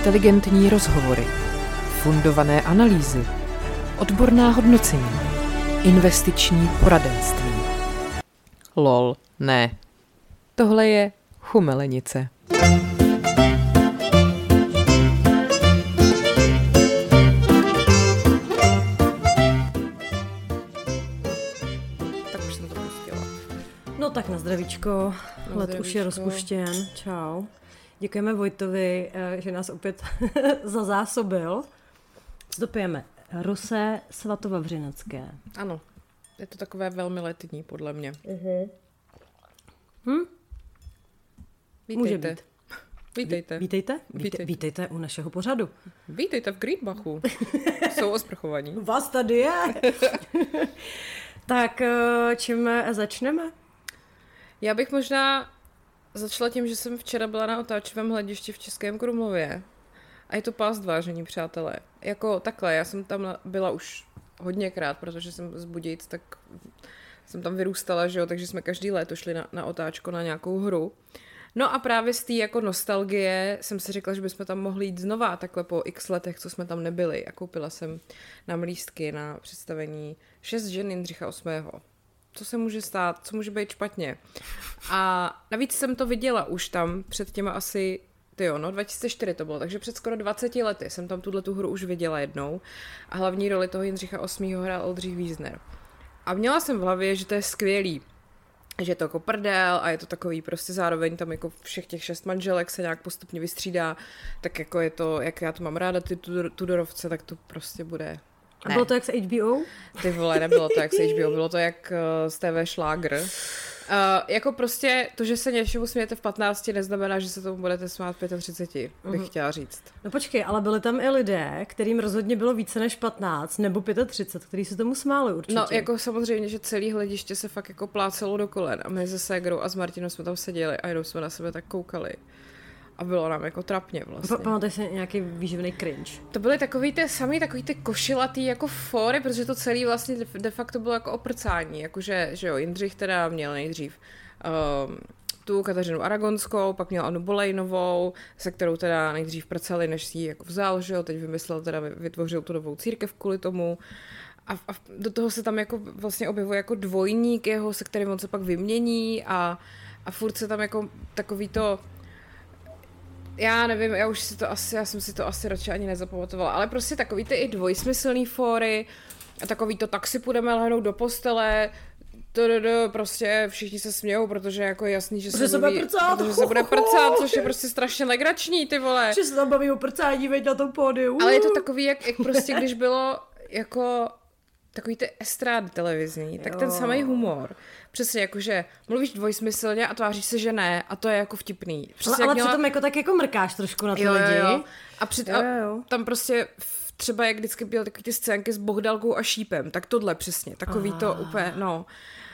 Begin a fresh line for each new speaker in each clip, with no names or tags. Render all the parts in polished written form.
Inteligentní rozhovory, fundované analýzy, odborná hodnocení, investiční poradenství. Lol, ne. Tohle je chumelenice.
Tak už jsem to pustila.
No tak na zdravíčko, let už je rozpuštěn, čau. Děkujeme Vojtovi, že nás opět zazásobil. Co to pijeme? Rosé svatovavřinecké.
Ano, je to takové velmi letní, podle mě.
Může být.
Vítejte.
Vítejte u našeho pořadu.
Vítejte v Greenbachu. Jsou osprchovaní.
Vás tady je. Tak čím začneme?
Já bych možná začala tím, že jsem včera byla na otáčivém hledišti v Českém Krumlově. A je to past, vážení přátelé. Jako takhle, já jsem tam byla už hodněkrát, protože jsem z Budějic, tak jsem tam vyrůstala, že jo, takže jsme každý léto šli na otáčko na nějakou hru. No a právě z té jako nostalgie jsem si řekla, že bychom tam mohli jít znova, takhle po x letech, co jsme tam nebyli. A koupila jsem nám lístky na představení 6 žen Jindřicha VIII. Co se může stát, co může být špatně. A navíc jsem to viděla už tam před těma asi, 2004 to bylo, takže před skoro 20 lety jsem tam tu hru už viděla jednou a hlavní roli toho Jindřicha VIII. Hrál Oldřich Wiesner. A měla jsem v hlavě, že to je skvělý, že je to jako prdel a je to takový prostě zároveň tam jako všech těch 6 manželek se nějak postupně vystřídá, tak jako je to, jak já to mám ráda, ty Tudorovce, tak to prostě bude.
A bylo to jak z HBO?
Ty vole, nebylo to jak z HBO, bylo to jak z TV Šlágr. Jako prostě to, že se něčemu smějete v 15, neznamená, že se tomu budete smát v 35, bych chtěla říct.
No počkej, ale byli tam i lidé, kterým rozhodně bylo více než 15 nebo 35, kteří se tomu smáli určitě.
No jako samozřejmě, že celý hlediště se fakt jako plácelo do kolen a my se Ségrou a s Martinou jsme tam seděli a jenom jsme na sebe tak koukali. A bylo nám jako trapně vlastně.
Pamatuješ si nějaký výživný cringe?
To byly takový ty košilatý jako fóry, protože to celý vlastně de facto bylo jako oprcání. Jakože, že jo, Jindřich teda měl nejdřív tu Kateřinu Aragonskou, pak měl Annu Bolejnovou, se kterou teda nejdřív prcali, než si ji jako vzal, že jo, teď vymyslel, teda vytvořil tu novou církev kvůli tomu. A do toho se tam jako vlastně objevuje jako dvojník jeho, se kterým on se pak vymění a furt se tam jako takový to. Já nevím, já jsem si to asi radši ani nezapamatovala, ale prostě takový ty i dvojsmyslný fóry a takový to tak si půjdeme lehnout do postele, prostě všichni se smějou, protože jako je jasný, že se bude prcat, což je prostě strašně legrační, ty vole.
Že se tam baví o prcání, veď na tom pódiu.
Ale je to takový, jak prostě když bylo jako takový ty estrády televizní, tak ten samý humor. Přesně jakože mluvíš dvojsmyslně a tváříš se, že ne, a to je jako vtipný. Přesně,
ale přitom jako tak jako mrkáš trošku na ty lidi.
Jo. A tam prostě třeba jak vždycky byly takový ty scénky s Bohdalkou a Šípem, tak tohle přesně, takový to úplně, no.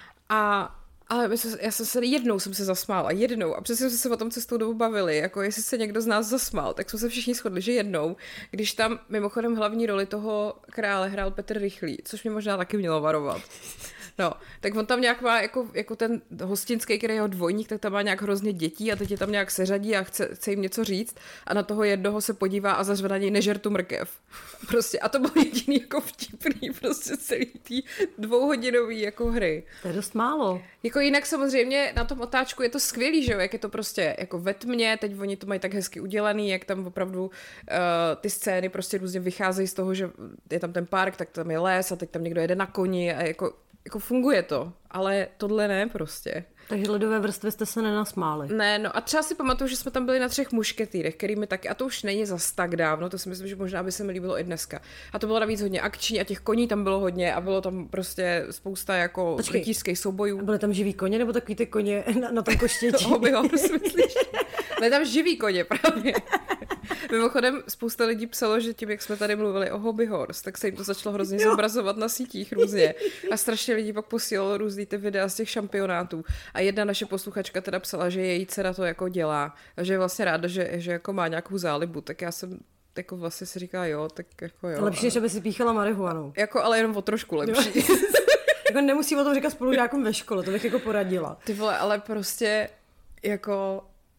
Ale jednou jsem se zasmála, a přesně jsme se o tom cestou dobu bavili, jako jestli se někdo z nás zasmál, tak jsme se všichni shodli, že jednou, když tam mimochodem hlavní roli toho krále hrál Petr Rychlý, což mě možná taky mělo varovat. No, tak on tam nějak má jako ten hostinský, který je jeho dvojník, tak tam má nějak hrozně dětí a teď je tam nějak seřadí a chce jim něco říct a na toho jednoho se podívá a zařve na něj nežer tu mrkev. Prostě a to bylo jediný jako vtipný prostě celý tý 2hodinový jako hry.
To je dost málo.
Jako jinak samozřejmě na tom otáčku je to skvělý, že jo, jak je to prostě jako ve tmě, teď oni to mají tak hezky udělaný, jak tam opravdu ty scény prostě různě vycházejí z toho, že je tam ten park, tak tam je les a teď tam někdo jede na koni a jako funguje to, ale tohle ne prostě.
Takže ledové vrstvy jste se nenasmáli.
Ne, no a třeba si pamatuju, že jsme tam byli na 3 mušketýrech, kterými taky, a to už není zas tak dávno, to si myslím, že možná by se mi líbilo i dneska. A to bylo navíc hodně akční a těch koní tam bylo hodně a bylo tam prostě spousta jako rytířských soubojů.
A byly tam živý koně nebo takový ty koně na tom koštěti?
Myslíš? Byly tam živý koně právě. Mimochodem spousta lidí psalo, že tím, jak jsme tady mluvili o Hobby Horse, tak se jim to začalo hrozně zobrazovat na sítích různě. A strašně lidí pak posílalo různý ty videa z těch šampionátů. A jedna naše posluchačka teda psala, že její dcera to jako dělá. A že je vlastně ráda, že jako má nějakou zálibu. Tak já jsem jako vlastně si říká jo, tak jako jo.
Lepší, než aby si píchala marihuanu.
Jako ale jenom o trošku lepší.
Jako nemusí o tom říkat spolužákům ve škole, to bych jako poradila.
Ty vole, ale prostě jako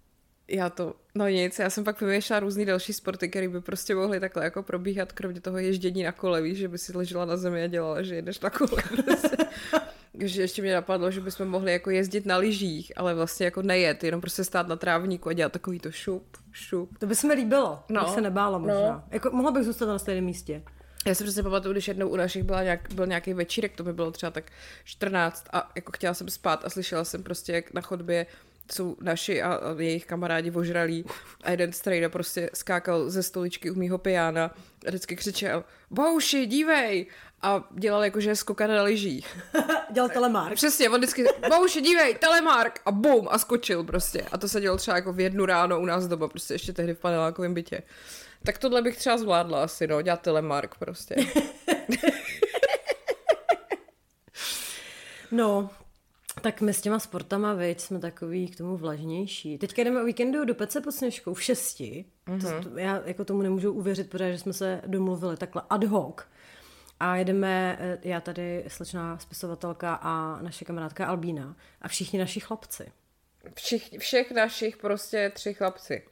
No nic, já jsem pak vymýšlela různý další sporty, které by prostě mohly takhle jako probíhat, kromě toho ježdění na kole, víš, že by si ležela na zemi a dělala, že jedeš na kole. Takže ještě mě napadlo, že bychom mohli jako jezdit na lyžích, ale vlastně jako nejet, jenom prostě stát na trávníku a dělat takový to šup.
To by se mi líbilo, bych se nebála možná. No. Jako, mohla bych zůstat na stejném místě.
Já si přesně pamatuju, když jednou u našich byl nějaký večírek, to mi bylo třeba tak 14 a jako chtěla jsem spát a slyšela jsem prostě, jak na chodbě jsou naši a jejich kamarádi ožralí a jeden strejda prostě skákal ze stoličky u mýho pijána a vždycky křičel Bouši, dívej! A dělal jako, že je skokan na lyžích.
Dělal telemark.
Přesně, on vždycky Bouši, dívej, telemark! A bum! A skočil prostě. A to se dělo třeba jako v 1 ráno u nás doma, prostě ještě tehdy v panelákovém bytě. Tak tohle bych třeba zvládla asi, no, dělat telemark prostě.
No, tak my s těma sportama, viď, jsme takový k tomu vlažnější. Teďka jdeme o víkendu do Pece pod Sněžkou v 6. Já jako tomu nemůžu uvěřit, protože jsme se domluvili takhle ad hoc. A jedeme, já tady slečná spisovatelka a naše kamarádka Albína a všichni naši chlapci.
Všech našich prostě 3 chlapci.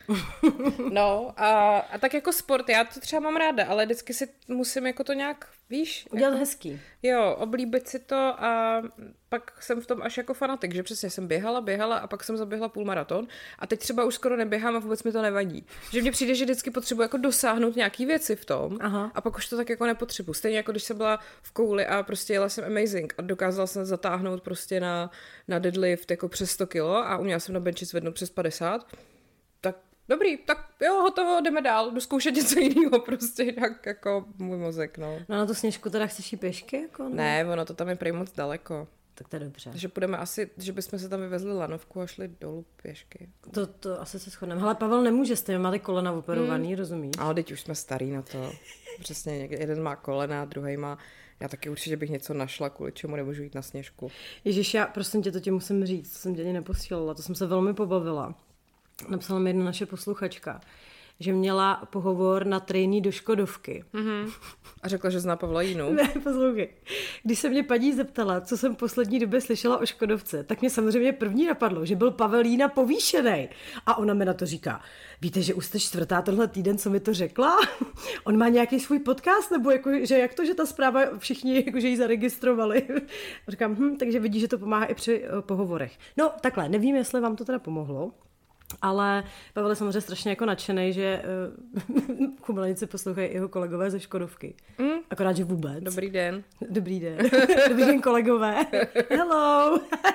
No a tak jako sport, já to třeba mám ráda, ale vždycky si musím jako to nějak, víš?
Udělat
jako,
hezký.
Jo, oblíbit si to a pak jsem v tom až jako fanatik, že přesně jsem běhala a pak jsem zaběhla půlmaraton a teď třeba už skoro neběhám a vůbec mi to nevadí. Že mně přijde, že vždycky potřebuji jako dosáhnout nějaký věci v tom.
Aha.
A pak už to tak jako nepotřebuji. Stejně jako když jsem byla v kouli a prostě jela jsem amazing a dokázala jsem zatáhnout prostě na deadlift jako přes 100 kilo a uměla jsem na benchi zvednout přes 50. Tak dobrý, tak jo, hotovo, jdeme dál, jdu zkoušet něco jiného, prostě jinak jako můj mozek, no.
No na tu Sněžku teda chceš jít pěšky? Jako,
ne, ono to tam je prej moc daleko.
Tak to je dobře.
Takže půjdeme asi, že bychom se tam vyvezli lanovku a šli dolů pěšky.
To asi se shodneme. Hele, Pavel nemůže, s tím máte kolena operovaný, rozumíš?
Ale teď už jsme starý na to. Přesně, jeden má kolena, druhý má... Já taky určitě bych něco našla, kvůli čemu nemůžu jít na Sněžku.
Ježiš, já prosím tě, to ti musím říct, to jsem tě ani neposílala, to jsem se velmi pobavila. Napsala mi jedna naše posluchačka, že měla pohovor na trainee do Škodovky.
Mm-hmm. A řekla, že zná Pavlajínu.
Ne, poslouchej. Když se mě paní zeptala, co jsem v poslední době slyšela o Škodovce, tak mě samozřejmě první napadlo, že byl Pavelína povýšenej. A ona mi na to říká, víte, že už jste 4. tenhle týden, co mi to řekla? On má nějaký svůj podcast, nebo jako, že jak to, že ta zpráva všichni jako, že ji zaregistrovali? A říkám, takže vidí, že to pomáhá i při pohovorech. No takhle, nevím, jestli vám to teda pomohlo. Ale Pavel je samozřejmě strašně jako nadšenej, že Chumelenici poslouchají jeho kolegové ze Škodovky. Akorát, že vůbec.
Dobrý den.
Dobrý den. Dobrý den, kolegové. Hello.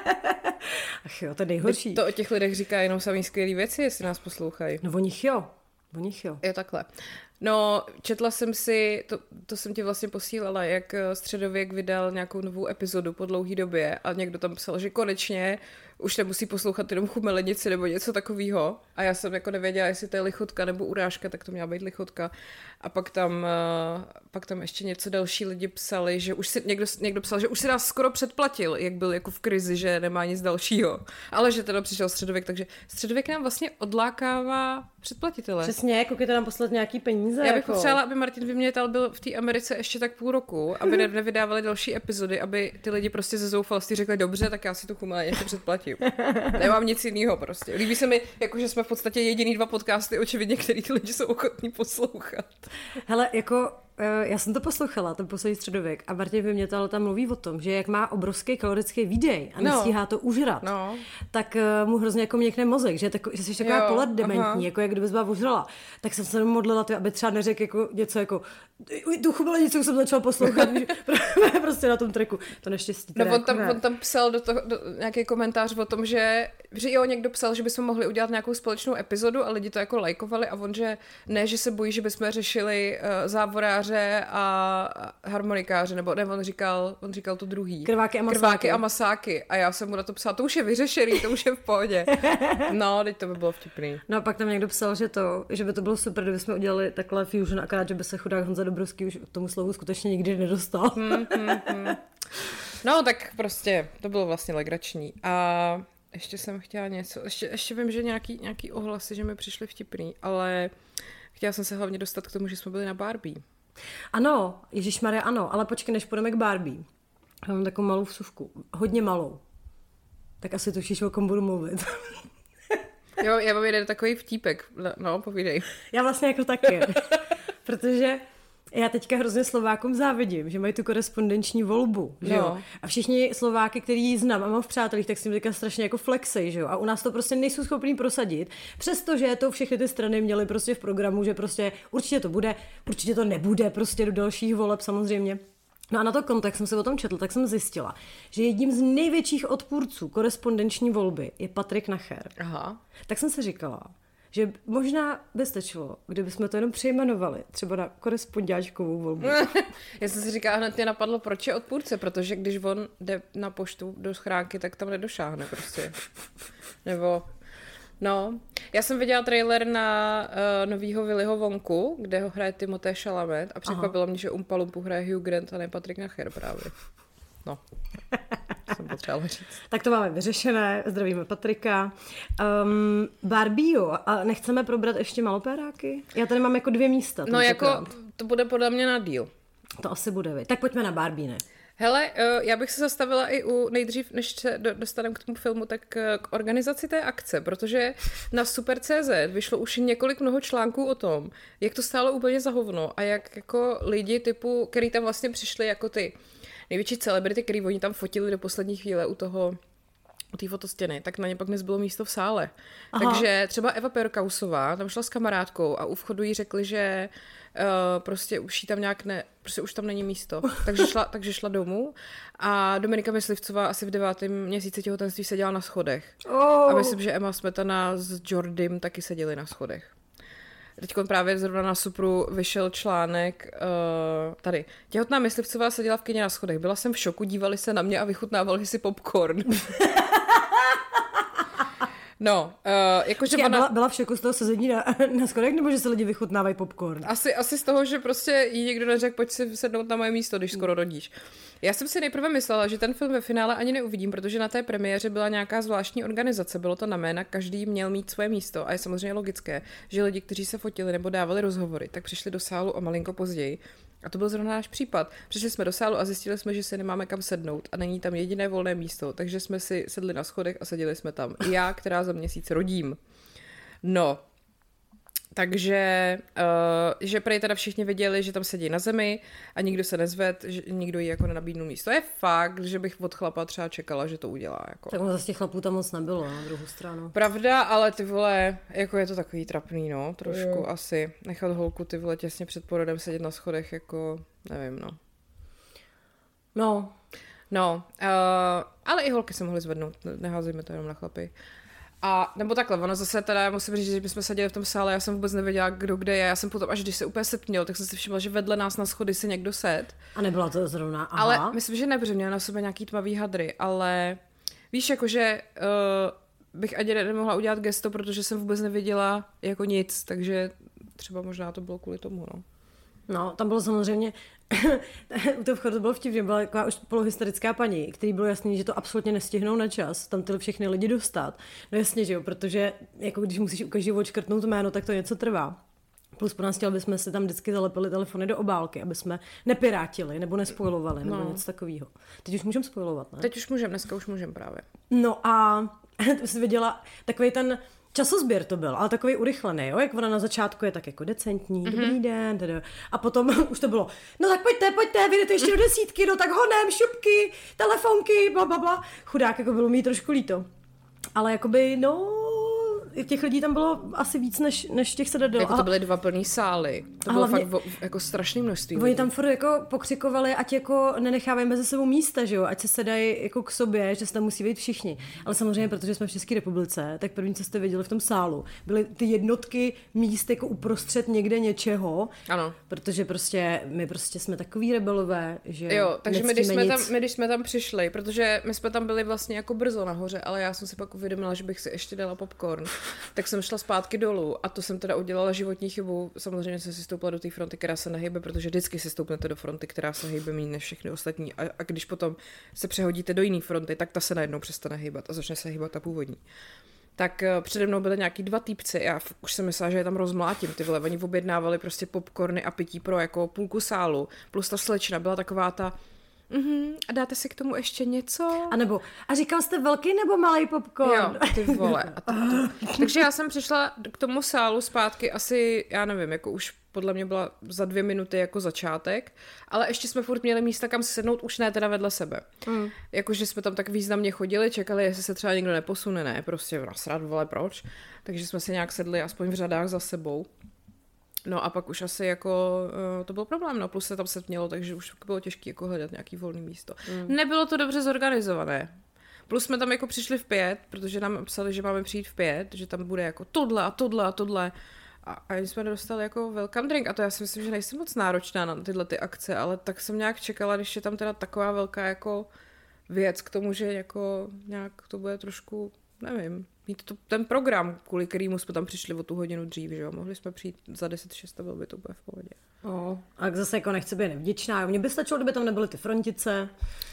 Ach jo, to je nejhorší.
To o těch lidech říká jenom samý skvělý věci, jestli nás poslouchají.
No o nich jo.
Jo, takhle. No, četla jsem si, to jsem ti vlastně posílala, jak Středověk vydal nějakou novou epizodu po dlouhý době a někdo tam psal, že konečně už nemusí poslouchat jenom Chumelenici nebo něco takového. A já jsem jako nevěděla, jestli to je lichotka nebo urážka, tak to měla být lichotka. A pak tam ještě něco další lidi psali, že už si někdo psal, že už si nás skoro předplatil, jak byl jako v krizi, že nemá nic dalšího. Ale že teda přišel Středověk, takže Středověk nám vlastně odlákává předplatitele.
Přesně, koukejte nám poslat nějaký peníze.
Já bych potřebovala, aby Martin Vymětal byl v té Americe ještě tak půl roku, aby nevydávali další epizody, aby ty lidi prostě ze zoufalosti řekli, dobře, tak já si tu Chumelenici předplatím. Nemám nic jiného prostě. Líbí se mi, jako že jsme v podstatě jediný 2 podcasty, očividně, který lidi jsou ochotní poslouchat.
Hele, jako já jsem to poslouchala, ten poslední Středověk, a Martin Vymětal tam mluví o tom, že jak má obrovský kalorický výdej a nestíhá to užrat, tak mu hrozně jako měkne mozek, že jsi taková poledementní, jako jak kdybys byla ožrala. Tak jsem se modlila, aby třeba neřekl jako něco jako tu Chumelenici jsem začal poslouchat, prostě na tom tracku. To neštěstí.
No on tam psal do nějaký komentář o tom, že jo, někdo psal, že bychom mohli udělat nějakou společnou epizodu a lidi to jako lajkovali a on, že ne, že se bojí, že bychom řešili závoráře a harmonikáře, nebo ne, on říkal to druhý.
Krváky
a masáky. A já jsem mu na to psala, to už je vyřešený, to už je v pohodě. No, teď to by bylo vtipný.
No a pak tam někdo psal, že by to bylo super, kdybychom udělali takhle fusion, akorát, že by se chudák Honza Dobrovský už k tomu slovu skutečně nikdy nedostal.
No, tak prostě to bylo vlastně legrační. A ještě jsem chtěla něco, ještě vím, že nějaký ohlasy, že mi přišly vtipný, ale chtěla jsem se hlavně dostat k tomu, že jsme byli na Barbie.
Ano, ježišmarja, ano, ale počkej, než půjdeme k Barbie. Já mám takovou malou vsuvku, hodně malou. Tak asi tušíš, o kom budu mluvit.
Já mám jeden takový vtípek. No, povídej.
Já vlastně jako taky. Protože já teďka hrozně Slovákům závidím, že mají tu korespondenční volbu, že jo? A všichni Slováky, který znám a mám v přátelích, tak s tím teďka strašně jako flexej, že jo? A u nás to prostě nejsou schopní prosadit, přestože to všechny ty strany měly prostě v programu, že prostě určitě to bude, určitě to nebude prostě do dalších voleb samozřejmě. No a na to kontext jsem se o tom četl, tak jsem zjistila, že jedním z největších odpůrců korespondenční volby je Patrik Nacher.
Aha.
Tak jsem si říkala, že možná by stačilo, kdybychom to jenom přejmenovali, třeba na korespondáčkovou volbu.
Já jsem si říkala, hned mě napadlo, proč je odpůrce, protože když on jde na poštu do schránky, tak tam nedošáhne prostě. Nebo... No, já jsem viděla trailer na novýho Willyho Wonku, kde ho hraje Timothée Chalamet a překvapilo mě, že Oompa Loompu hraje Hugh Grant a ne Patrik Nacher právě. No, jsem potřebovala říct.
Tak to máme vyřešené, zdravíme Patrika. Barbie, jo, a nechceme probrat ještě malopéráky? Já tady mám jako 2 místa.
No jako, to bude podle mě na díl.
To asi bude, vy. Tak pojďme na Barbie, ne?
Hele, já bych se zastavila i nejdřív, než se dostaneme k tomu filmu, tak k organizaci té akce, protože na Super.cz vyšlo už mnoho článků o tom, jak to stálo úplně za hovno a jak jako lidi typu, který tam vlastně přišli jako ty největší celebrity, který oni tam fotili do poslední chvíle u té fotostěny, tak na ně pak nezbylo místo v sále. Aha. Takže třeba Eva Perkausová tam šla s kamarádkou a u vchodu jí řekli, že prostě už jí tam nějak prostě už tam není místo. Takže šla domů a Dominika Myslivcová asi v 9. měsíci těhotenství seděla na schodech. A myslím, že Emma Smetana s Jordym taky seděli na schodech. Teď právě zrovna na Supru vyšel článek tady. Těhotná Myslivcová seděla v kyně na schodech. Byla jsem v šoku, dívali se na mě a vychutnávali si popcorn. No, jakože ona...
Byla v šoku z toho sezení na schodech, nebo že se lidi vychutnávají popcorn?
Asi z toho, že prostě jí někdo neřekl, pojď si sednout na moje místo, když skoro rodíš. Já jsem si nejprve myslela, že ten film ve finále ani neuvidím, protože na té premiéře byla nějaká zvláštní organizace, bylo to na jména, každý měl mít svoje místo a je samozřejmě logické, že lidi, kteří se fotili nebo dávali rozhovory, tak přišli do sálu o malinko později. A to byl zrovna náš případ. Přišli jsme do sálu a zjistili jsme, že se nemáme kam sednout a není tam jediné volné místo, takže jsme si sedli na schodech a seděli jsme tam. Já, která za měsíc rodím. No, takže, že prej teda všichni věděli, že tam sedí na zemi a nikdo se nezved, že nikdo jí jako nenabídnul místo. Je fakt, že bych od chlapa třeba čekala, že to udělá. Jako.
Tak zase těch chlapů tam moc nebylo, na druhou stranu.
Pravda, ale ty vole, jako je to takový trapný, no, trošku asi. Nechat holku ty vole těsně před porodem sedět na schodech, jako, nevím, no. No, ale i holky se mohly zvednout, neházejme to jenom na chlapy. A nebo takhle, ono zase teda, musím říct, že bychom seděli v tom sále, já jsem vůbec nevěděla, kdo kde je, já jsem potom, až když se úplně setměl, tak jsem si všimla, že vedle nás na schody si někdo sed.
A nebyla to zrovna, aha.
Ale myslím, že ne, protože měla na sobě nějaký tmavý hadry, ale víš, jakože bych ani nemohla udělat gesto, protože jsem vůbec nevěděla jako nic, takže třeba možná to bylo kvůli tomu, no.
No, tam bylo samozřejmě, u toho vchodu bylo vtipně, byla taková už polohysterická paní, který bylo jasný, že to absolutně nestihnou na čas, tam tyhle všechny lidi dostat. No jasně, že jo, protože jako když musíš u každého odškrtnout jméno, tak to něco trvá. Plus po nás chtěli bychom si tam vždycky zalepili telefony do obálky, aby jsme nepirátili nebo nespoilovali nebo něco takového. Teď už můžeme spoilovat, ne?
Teď už můžeme, dneska už můžeme právě.
No a to jsi viděla takovej ten časozběr to byl, ale takový urychlený, jo? Jak ona na začátku je tak jako decentní, dobrý den, teda. A potom už to bylo, no tak pojďte, vyjdete ještě do 10, no tak honem, šupky, telefonky, blablabla. Chudák, jako bylo mít trošku líto. Ale jakoby, no, těch lidí tam bylo asi víc než těch sedadel.
Jako to byly 2 plný sály. To bylo hlavně, fakt jako strašné množství.
Oni tam furt jako pokřikovali, ať jako nenechávají mezi sebou místa, že jo, ať se sedají jako k sobě, že se tam musí vejít všichni. Ale samozřejmě, protože jsme v České republice, tak první, co jste viděli v tom sálu, byly ty jednotky míst jako uprostřed někde něčeho.
Ano.
Protože my jsme takový rebelové, že
jo, takže my když jsme tam přišli, protože my jsme tam byli vlastně jako brzo nahoře, ale já jsem si pak uvědomila, že bych si ještě dala popcorn. Tak jsem šla zpátky dolů a to jsem teda udělala životní chybu. Samozřejmě jsem si stoupla do té fronty, která se nehýbe, protože vždycky si stoupnete do fronty, která se hýbe méně než všechny ostatní. A když potom se přehodíte do jiné fronty, tak ta se najednou přestane hýbat a začne se hýbat ta původní. Tak přede mnou byly nějaký 2 týpci, já už jsem myslela, že je tam rozmlátím, ty vole, oni objednávali prostě popcorny a pití pro jako půlku sálu, plus ta slečna byla taková ta A dáte si k tomu ještě něco?
A říkal jste velký nebo malý popcorn?
Jo, ty vole. Takže já jsem přišla k tomu sálu zpátky asi, já nevím, jako už podle mě byla za 2 minuty jako začátek, ale ještě jsme furt měli místa, kam si sednout, už ne teda vedle sebe. Jakože jsme tam tak významně chodili, čekali, jestli se třeba někdo neposune, ne, prostě nasrat, vole, proč. Takže jsme si nějak sedli aspoň v řadách za sebou. No a pak už asi jako to byl problém, no plus se tam setmělo, takže už bylo těžké jako hledat nějaký volný místo. Nebylo to dobře zorganizované. Plus jsme tam jako přišli v 5, protože nám psali, že máme přijít v 5, že tam bude jako tohle a tohle a tohle. A jsme dostali jako welcome drink a to já si myslím, že nejsem moc náročná na tyhle ty akce, ale tak jsem nějak čekala, když je tam teda taková velká jako věc k tomu, že jako nějak to bude trošku, nevím, mít ten program, kvůli kterému jsme tam přišli o tu hodinu dřív, že jo, mohli jsme přijít za 10:06 a bylo by to úplně v pohodě.
A zase jako nechci být nevděčná, mně by stačilo, kdyby tam nebyly ty frontice,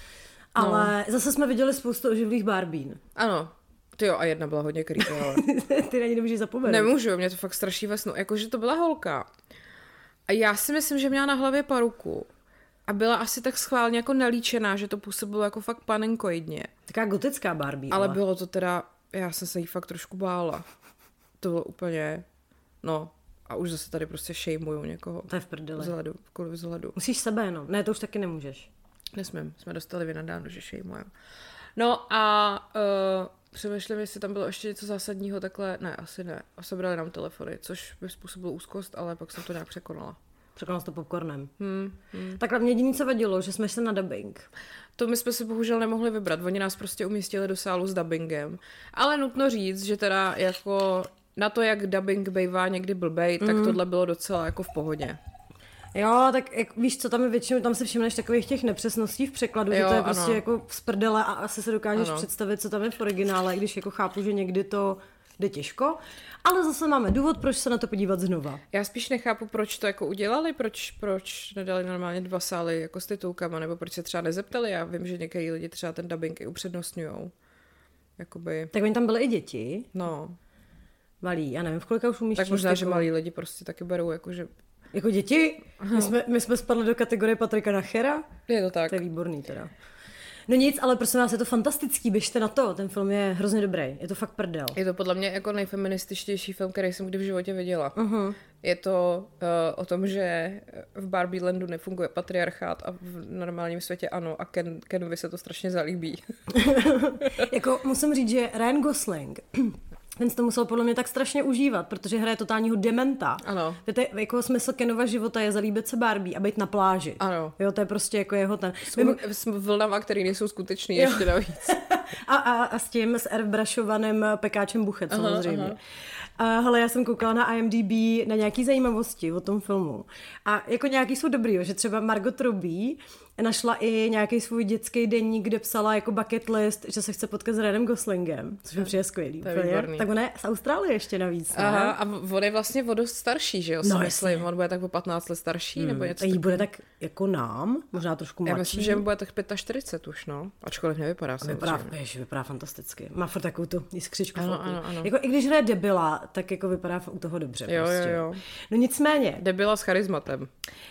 ale zase jsme viděli spoustu oživlých barbín.
Ano. Ty jo, a jedna byla hodně creepy, ale...
Ty na ní nemůžeš zapomenout.
Nemůžu, mě to fakt straší ve snu. Jakože to byla holka. A já si myslím, že měla na hlavě paruku. A byla asi tak schválně jako nalíčená, že to působilo jako fakt panenkoidně.
Taková gotická Barbie.
Ale bylo to teda... Já jsem se jí fakt trošku bála. To bylo úplně... No. A už zase tady prostě šejmuju někoho.
To je v prdeli.
Vzhledu.
Musíš sebe, no. Ne, to už taky nemůžeš.
Nesmím. Jsme dostali vynadáno, že šejmujem. No a... přemýšlím, jestli tam bylo ještě něco zásadního takhle. Ne, asi ne. A sebrali nám telefony, což by způsobilo úzkost, ale pak jsem to nějak překonala.
Překonala jsi to popcornem. Takhle mě jediné, co vadilo, že jsme šli na dubbing.
To my jsme si bohužel nemohli vybrat. Oni nás prostě umístili do sálu s dubbingem. Ale nutno říct, že teda jako na to, jak dubbing bývá někdy blbej, tak tohle bylo docela jako v pohodě.
Jo, tak jak, víš co, tam je většinou, tam si všimneš takových těch nepřesností v překladu, jo, že to je prostě jako z prdele a asi se dokážeš představit, co tam je v originále, když jako chápu, že někdy to jde těžko, ale zase máme důvod, proč se na to podívat znova.
Já spíš nechápu, proč to jako udělali, proč nedali normálně 2 sály jako s titulkama, nebo proč se třeba nezeptali, já vím, že některý lidi třeba ten dubbing i upřednostňujou. Jakoby...
Tak oni tam byli i děti.
No.
Malí, já nevím, v kolika už umíš.
Tak možná, že malí lidi prostě taky berou, jakože...
Jako děti? My jsme spadli do kategorie Patrika Nachera.
Je to tak.
To je výborný teda. No nic, ale prosím vás, je to fantastický, běžte na to, ten film je hrozně dobrý, je to fakt prdel.
Je to podle mě jako nejfeminističtější film, který jsem kdy v životě viděla. Je to o tom, že v Barbielandu nefunguje patriarchát a v normálním světě ano a Kenovi se to strašně zalíbí.
Jako musím říct, že Ryan Gosling... Ten to musel podle mě tak strašně užívat, protože hraje totálního dementa.
Ano.
To je jako smysl Kenova života je zalíbit se Barbie a být na pláži.
Ano.
Jo, to je prostě jako jeho ten...
S vlnama, který nejsou skutečný, ještě navíc.
a s tím s airbrushovým pekáčem buchet, samozřejmě. Hele, já jsem koukala na IMDb na nějaký zajímavosti o tom filmu. A jako nějaký jsou dobrý, jo, že třeba Margot Robbie našla i nějaký svůj dětský deník, kde psala jako bucket list, že se chce potkat s Ryanem Goslingem, což mi přijde skvělý. Tak on je z Austrálie ještě navíc. Ne?
Aha, a on je vlastně o dost starší, že jo? No, myslím, on bude tak o 15 let starší, nebo něco.
A jí bude tak jako nám, možná trošku mladší.
Já myslím, že bude tak 45 už, no. Ačkoliv nevypadá.
Vypadá fantasticky. Má furt takovou tu jiskřičku.
Ano.
Jako i když hraje debila, tak jako vypadá u toho dobře.
Jo.
No nicméně.
Debila s charizmatem.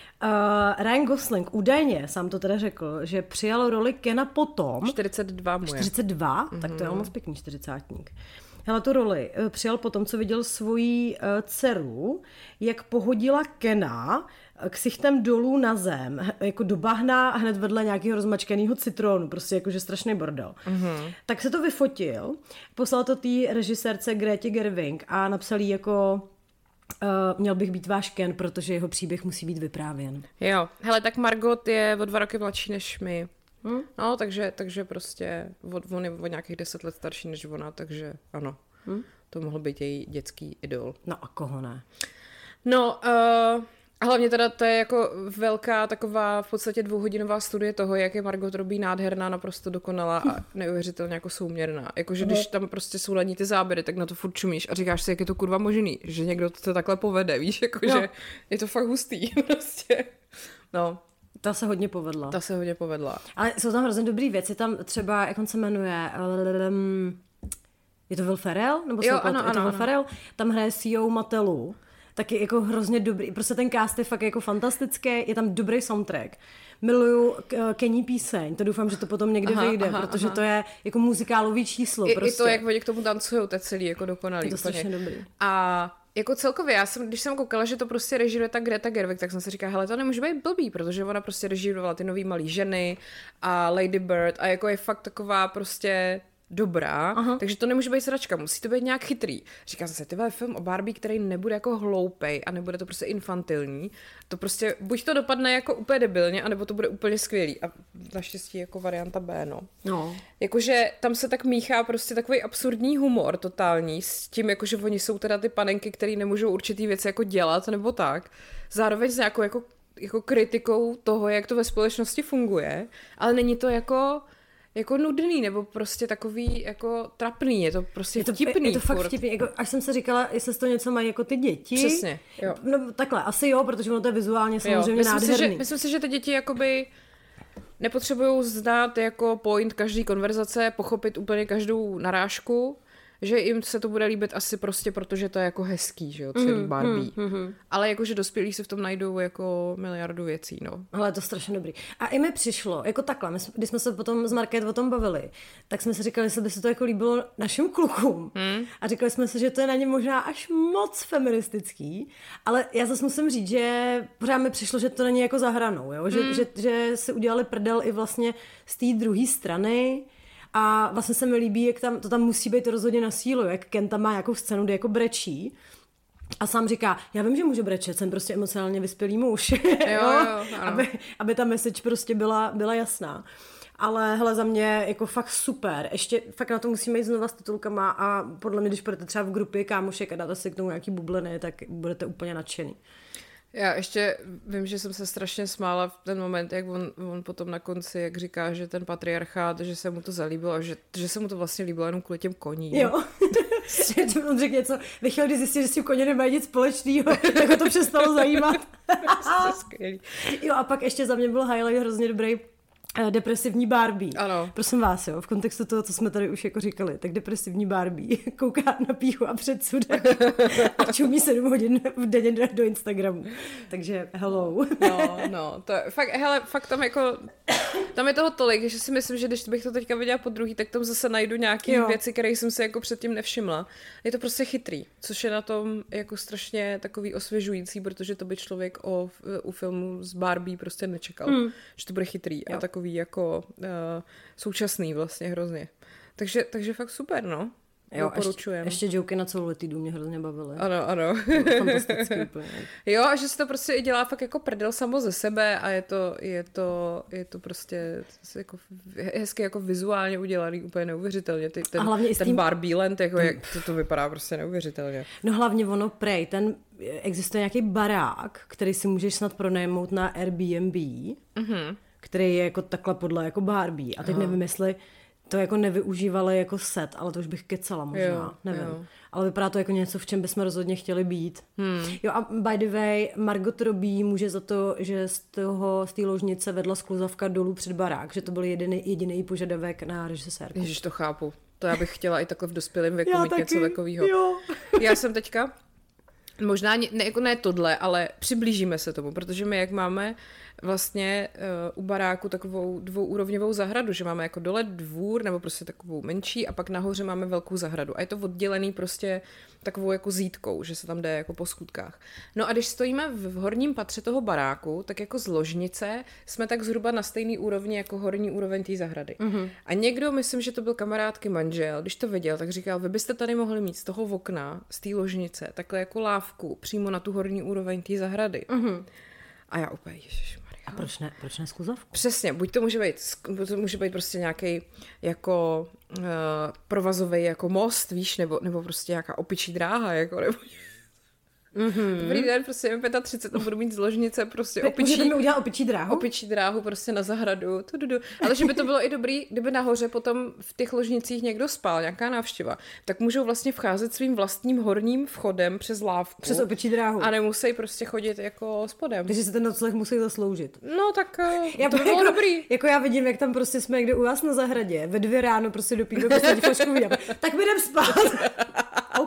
Ryan Gosling údajně, sám to teda řekl, že přijal roli Kena potom.
42 mu je.
42? Tak to je moc pěkný 40-tník. Hele, tu roli přijal potom, co viděl svoji dceru, jak pohodila Kena ksichtem dolů na zem, jako do bahna a hned vedle nějakého rozmačkaného citronu, prostě jakože strašný bordel. Tak se to vyfotil, poslal to té režisérce Gretě Gerwig a napsal jí jako... měl bych být váš Ken, protože jeho příběh musí být vyprávěn. Jo,
hele, tak Margot je o 2 roky mladší než my. No, takže prostě on je o nějakých 10 let starší než ona, takže ano. To mohl být její dětský idol.
No a koho ne?
No, a hlavně teda to je jako velká taková v podstatě 2hodinová studie toho, jak je Margot Robbie nádherná, naprosto dokonalá a neuvěřitelně jako souměrná. Jakože když tam prostě jsou na ní ty záběry, tak na to furt čumíš a říkáš si, jak je to kurva možný, že někdo to takhle povede, víš, jakože je to fakt hustý prostě. No.
Ta se hodně povedla. Ale jsou tam hrozně dobrý věci, tam třeba, jak on se jmenuje, je to Will Ferrell? Nebo
jo, ano,
Will Ferrell? Tam hraje CEO Mattelu. taky jako hrozně dobrý. Prostě ten cast je fakt jako fantastický, je tam dobrý soundtrack. Miluju Kenny píseň, to doufám, že to potom někde vyjde, protože to je jako muzikálový číslo.
I
prostě.
to, jak oni k tomu tancujou, to je celý jako dokonalý.
Je to strašně dobrý.
A jako celkově, když jsem koukala, že to prostě režíruje ta Greta Gerwig, tak jsem si říkala, hele, to nemůže být blbý, protože ona prostě režírovala ty nový malý ženy a Lady Bird a jako je fakt taková prostě dobrá, takže to nemůže být sračka, musí to být nějak chytrý. Říkám jsem si, tyhle film o Barbie, který nebude jako hloupej a nebude to prostě infantilní, to prostě buď to dopadne jako úplně debilně, anebo to bude úplně skvělý a naštěstí jako varianta B, no. Jakože tam se tak míchá prostě takový absurdní humor totální s tím, jakože oni jsou teda ty panenky, který nemůžou určitý věci jako dělat nebo tak, zároveň s nějakou jako kritikou toho, jak to ve společnosti funguje, ale není to jako nudný, nebo prostě takový jako trapný, je to prostě vtipný.
Je to fakt vtipný, jako, až jsem se říkala, jestli to něco mají jako ty děti.
Přesně, jo.
No takhle, asi jo, protože ono to je vizuálně samozřejmě nádherný.
Myslím si, že ty děti jakoby nepotřebují znát jako point každý konverzace, pochopit úplně každou narážku, že jim se to bude líbit asi prostě, protože to je jako hezký, že jo, celý Barbie. Ale jakože dospělí si v tom najdou jako miliardu věcí, no.
Ale je to strašně dobrý. A i mi přišlo, jako takhle, když jsme se potom s Market o tom bavili, tak jsme si říkali, jestli by se to jako líbilo našim klukům. A říkali jsme si, že to je na ně možná až moc feministický, ale já zase musím říct, že pořád mi přišlo, že to není jako za hranou, jo? Že si udělali prdel i vlastně z té druhé strany. A vlastně se mi líbí, jak to tam musí být rozhodně na sílu, jak Ken tam má nějakou scénu, kdy jako brečí a sám říká, já vím, že můžu brečet, jsem prostě emocionálně vyspělý muž,
jo,
aby ta message prostě byla jasná. Ale hele, za mě jako fakt super, ještě fakt na to musíme jít znova s titulkama a podle mě, když budete třeba v grupě kámošek a dáte si k tomu nějaký bubliny, tak budete úplně nadšený.
Já ještě vím, že jsem se strašně smála v ten moment, jak on potom na konci, jak říká, že ten patriarchát, že se mu to zalíbilo, že se mu to vlastně líbilo jenom kvůli těm koním.
Jo, on řekl něco, ve chvíli, kdy zjistil, že s tím koně nemají nic společného, tak ho to přestalo zajímat.
Skvělý.
Jo, a pak ještě za mě byl highlight hrozně dobrý, depresivní Barbie.
Ano.
Prosím vás, jo, v kontextu toho, co jsme tady už jako říkali, tak depresivní Barbie kouká na píchu a předsudek a čumí 7 hodin v denně do Instagramu. Takže hello.
No, to je fakt tam jako, tam je toho tolik, že si myslím, že když bych to teďka viděla po druhý, tak tam zase najdu nějaké věci, které jsem si jako předtím nevšimla. Je to prostě chytrý, což je na tom jako strašně takový osvěžující, protože to by člověk u filmu s Barbie prostě nečekal, že to bude chytrý a takový jako současný vlastně hrozně. Takže fakt super, no.
Jo, ještě joky na celou letidu mě hrozně bavily.
Ano.
Fantastický úplně.
Jo, a že se to prostě dělá fakt jako prdel samo ze sebe a je to prostě jako hezky jako vizuálně udělaný, úplně neuvěřitelně. Ten Barbie Land, jako jak to vypadá prostě neuvěřitelně.
No hlavně ono prej, existuje nějaký barák, který si můžeš snad pronajmout na Airbnb, který je jako takhle podle jako Barbie. A teď nevím, jestli to jako nevyužívali jako set, ale to už bych kecala možná, nevím. Jo. Ale vypadá to jako něco, v čem bychom rozhodně chtěli být. Jo a by the way, Margot Robbie může za to, že z té ložnice vedla skluzavka dolů před barák, že to byl jediný požadavek na režisérku.
Ježiš, to chápu. To já bych chtěla i takhle v dospělém věku mít něco takového. Já jsem teďka možná ne tohle, ale přiblížíme se tomu, protože my jak máme vlastně u baráku takovou dvouúrovňovou zahradu, že máme jako dole dvůr nebo prostě takovou menší a pak nahoře máme velkou zahradu a je to oddělený prostě takovou jako zítkou, že se tam jde jako po schůdkách. No a když stojíme v horním patře toho baráku, tak jako z ložnice jsme tak zhruba na stejný úrovni jako horní úroveň té zahrady. A někdo, myslím, že to byl kamarádky manžel, když to viděl, tak říkal, vy byste tady mohli mít z toho okna, z té ložnice, takhle jako lávku přímo na tu horní úroveň té zahrady. A já úplně, ježišmarja.
A proč ne skluzavku?
Přesně, buď to může být prostě nějaký jako provazový jako most, víš, nebo prostě nějaká opičí dráha, jako, nebo dobrý den, prostě je 35 a budu mít z ložnice prostě
Můžete mi udělat opičí dráhu?
Opičí dráhu prostě na zahradu. Ale že by to bylo i dobrý, kdyby nahoře potom v těch ložnicích někdo spal, nějaká návštěva, tak můžou vlastně vcházet svým vlastním horním vchodem přes lávku.
Přes opičí dráhu.
A nemusí prostě chodit jako spodem.
Takže se ten nocleh musí zasloužit.
No tak to by bylo dobrý.
Jako já vidím, jak tam prostě jsme někde u vás na zahradě, ve 2 ráno prostě dopijeme prostě flašku vína. Tak my jdem spát. OK.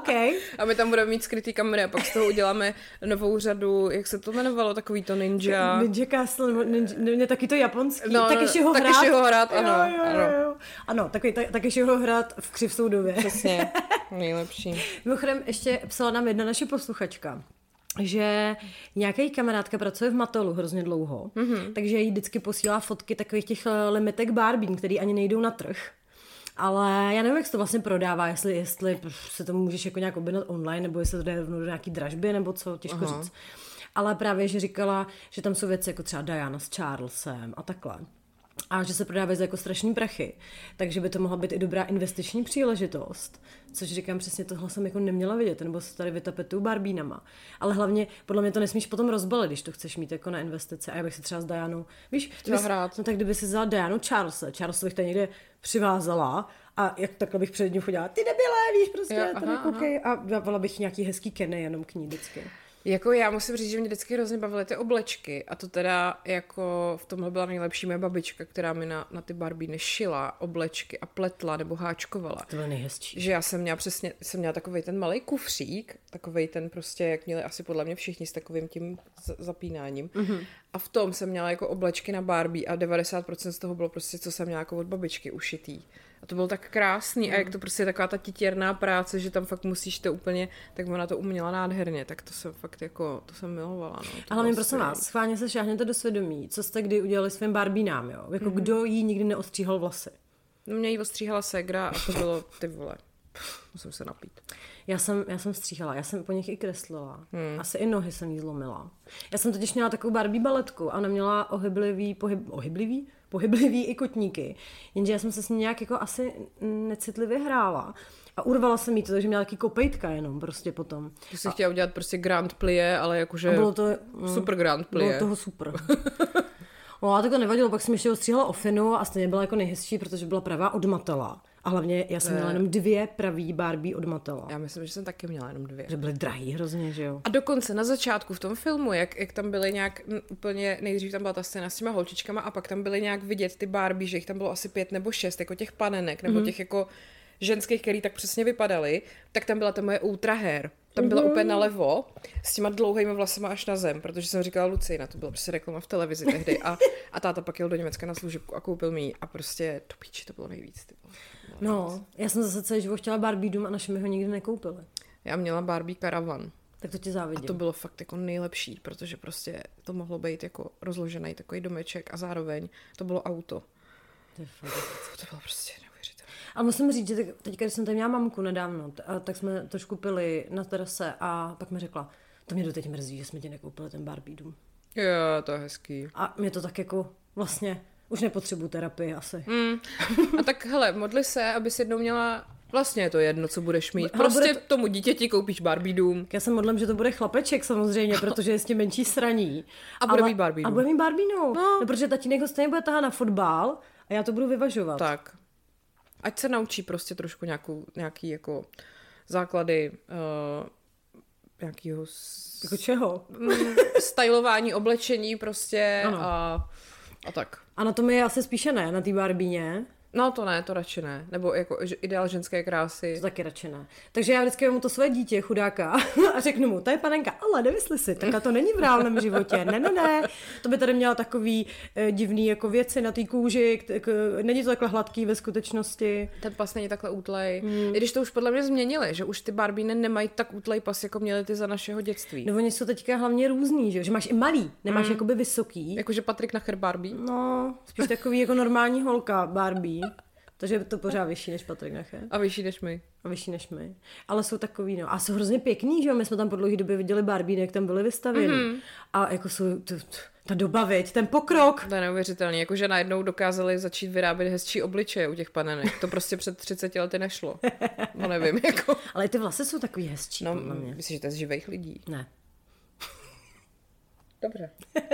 OK.
A my tam budeme mít skrytý kamery a pak z toho uděláme novou řadu, jak se to jmenovalo, takový to ninja.
Ninja Castle, nebo taky to japonský. No, Takešiho hrad,
ano.
Ano, takový Takešiho hrad v Křivsoudově.
Přesně, nejlepší.
Mimochodem, ještě psala nám jedna naše posluchačka, že nějaký kamarádka pracuje v Matolu hrozně dlouho, takže jí vždycky posílá fotky takových těch limitek Barbín, který ani nejdou na trh. Ale já nevím, jak se to vlastně prodává, jestli se to můžeš jako nějak objednat online, nebo jestli to jde rovnou do nějaký dražby, nebo co, těžko říct. Ale právě, že říkala, že tam jsou věci jako třeba Diana s Charlesem a takhle. A že se prodávají za jako strašný prachy. Takže by to mohla být i dobrá investiční příležitost. Což říkám přesně, tohle jsem jako neměla vidět, nebo se tady vytapetuju Barbínama. Ale hlavně, podle mě to nesmíš potom rozbalit, když to chceš mít jako na investice. A já bych si třeba s Dianou, víš,
hrát.
No tak kdyby si vzala Dianu Charlesa bych tady někde přivázala a jak takhle bych před ním chodila, ty debile, víš, prostě, tady koukej. A dávala bych nějaký hezký keny jenom k ní vždycky.
Jako já musím říct, že mě vždycky hrozně bavily ty oblečky a to teda jako v tomhle byla nejlepší moje babička, která mi na ty Barbíny šila oblečky a pletla nebo háčkovala.
To bylo nejhezčí.
Že já jsem měla takovej ten malej kufřík, takovej ten prostě, jak měli asi podle mě všichni s takovým tím zapínáním. A v tom jsem měla jako oblečky na Barbie a 90% z toho bylo prostě, co jsem měla jako od babičky ušitý. A to bylo tak krásný a jak to prostě je taková ta titěrná práce, že tam fakt musíš to úplně, tak ona to uměla nádherně, tak to jsem fakt jako, to jsem milovala. No.
Ale mě prosím vás, schválně se šáhněte do svědomí, co jste kdy udělali svým Barbínám, jo? Jako kdo jí nikdy neostříhal vlasy?
No mě jí ostříhala ségra a to bylo ty vole. Musím se napít.
Já jsem stříhala, já jsem po nich i kreslila. Asi i nohy jsem jí zlomila. Já jsem totiž měla takovou Barbie baletku a ona měla pohyblivý i kotníky. Jenže já jsem se s ní nějak jako asi necitlivě hrála. A urvala jsem jí to, takže měla taky kopejtka jenom prostě potom.
Ty jsi chtěla udělat prostě grand plie, ale jakože
bylo to,
super grand plie.
Bylo toho super. No a to nevadilo, pak jsem ještě ostříhala ofinu a stejně byla jako nejhezčí, protože byla pravá od Matela. A hlavně já jsem měla jenom 2 pravý Barbie od Matela.
Já myslím, že jsem taky měla jenom 2.
Že byly drahý hrozně, že jo.
A dokonce na začátku v tom filmu, jak tam byly nějak úplně, nejdřív tam byla ta scéna s těma holčičkama a pak tam byly nějak vidět ty Barbie, že jich tam bylo asi 5 nebo 6, jako těch panenek, nebo těch jako ženských, který tak přesně vypadaly, tak tam byla ta moje ultra hair. Tam byla úplně nalevo, s těma dlouhými vlasama až na zem, protože jsem říkala Lucina, to byla prostě reklama v televizi tehdy a táta pak jel do Německa na služebku a koupil mi a prostě to píči, to bylo nejvíc.
No, já jsem zase celý život chtěla Barbie dům a naši mi ho nikdy nekoupili.
Já měla Barbie karavan.
Tak to ti závidím.
A to bylo fakt jako nejlepší, protože prostě to mohlo být jako rozložený takový domeček a zároveň to bylo auto. To bylo prostě neuvěřitelné.
A musím říct, že teďka, když jsem tady měla mamku nedávno, tak jsme trošku pili na terase a pak mi řekla, to mě doteď mrzí, že jsme ti nekoupili ten Barbie dům.
Jo, to je hezký.
A mě to tak jako vlastně, už nepotřebuju terapii asi.
A tak hele, modli se, abys jednou měla, vlastně je to jedno, co budeš mít. Prostě tomu dítěti koupíš Barbie dům.
Já se modlím, že to bude chlapeček samozřejmě, protože je s tím menší sraní.
A bude mít Barbie dům.
A bude mít Barbie dům. No, protože tatínek ho stejně bude tahat na fotbal a já to budu vyvažovat.
Tak. Ať se naučí prostě trošku nějaký jako základy nějakýho...
Jako čeho?
Stylování, oblečení prostě a tak.
A na tom je asi spíše ne, na té Barbíně.
No to ne, to radši ne. Nebo jako ideál ženské krásy.
To taky radši ne. Takže já vždycky mu to své dítě, chudáka, a řeknu mu, to je panenka, ale nevysli si, takhle to není v reálném životě. Ne. To by tady měla takový divný jako věci na té kůži, není to takhle hladký ve skutečnosti.
Ten pas není takhle útlej. I když to už podle mě změnili, že už ty Barbíny nemají tak útlej pas, jako měly ty za našeho dětství.
No oni jsou teďka hlavně různý, že máš i malý, nemáš jakoby vysoký.
Jakože Patrik Nacher Barbie?
No, spíš takový jako normální holka Barbie. Takže je to pořád vyšší než Patrik Nacher.
A vyšší než my.
Ale jsou takový, no. A jsou hrozně pěkný, že jo? My jsme tam po dlouhé době viděli Barbie, jak tam byly vystavěny. A jako jsou ta doba, viď, ten pokrok.
To je neuvěřitelný. Jakože najednou dokázali začít vyrábět hezčí obličeje u těch panenek. To prostě před 30 lety nešlo. No nevím, jako.
Ale ty vlasy jsou takový hezčí,
no,
podle mě.
Myslíš, že to je z živých lidí?
Ne.
Dobře.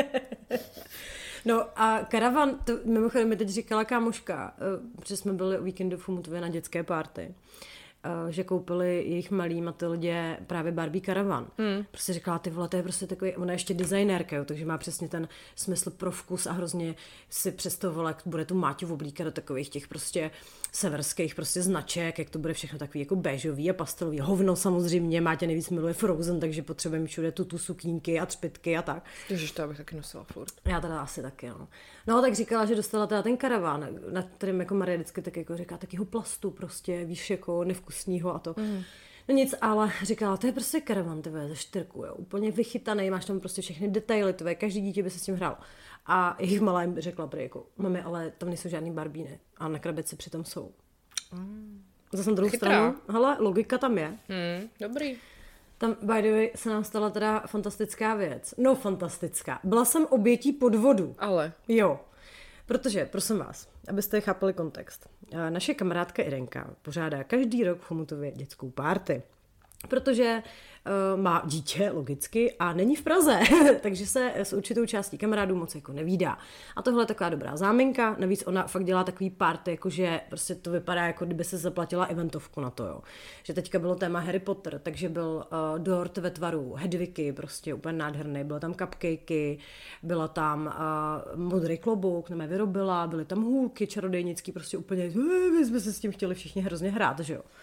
No a karavan, to mimochodem mi teď říkala kámoška, protože jsme byli o víkendu v Chomutově na dětské party. že koupili jejich malý Matildě právě Barbie karavan. Prostě říkala, ty vole, to je prostě takový, ona je ještě designérka, jo, takže má přesně ten smysl pro vkus a hrozně si představovala, jak bude tu Máťu oblíkat do takových těch prostě severských prostě značek, jak to bude všechno takový jako béžový a pastelový. Hovno samozřejmě, Máťa nejvíc miluje Frozen, takže potřebujeme všude tu sukínky a třpytky a tak.
Ježiš, to bych taky nosila furt.
Já teda asi taky, no. No, tak říkala, že dostala teda ten karaván, na kterým jako Marie vždycky tak jako říká, takýho plastu prostě, víš, jako nevkusnýho a to. No nic, ale říkala, to je prostě karavan, tvé, ze 4, jo, úplně vychytaný, máš tam prostě všechny detaily, tvé, každý dítě by se s tím hrál. A jejich malá jim řekla prý jako, mami, ale tam nejsou žádný barbíny a na krabici přitom jsou. Zase na druhou stranu, hele, logika tam je.
Dobrý.
Tam, by the way, se nám stala teda fantastická věc. No, fantastická. Byla jsem obětí podvodu.
Ale.
Jo. Protože, prosím vás, abyste chápali kontext. Naše kamarádka Irenka pořádá každý rok v Chomutově dětskou párty. Protože má dítě, logicky, a není v Praze, takže se s určitou částí kamarádů moc jako nevídá. A tohle je taková dobrá záminka, navíc ona fakt dělá takový party, jakože prostě to vypadá, jako kdyby se zaplatila eventovku na to, jo. Že teďka bylo téma Harry Potter, takže byl dort ve tvaru Hedviky, prostě úplně nádherný, bylo tam cupcakey, byla tam modrý klobouk, nám je vyrobila, byly tam hůlky čarodejnický, prostě úplně, my jsme se s tím chtěli všichni hrozně hrát, že jo.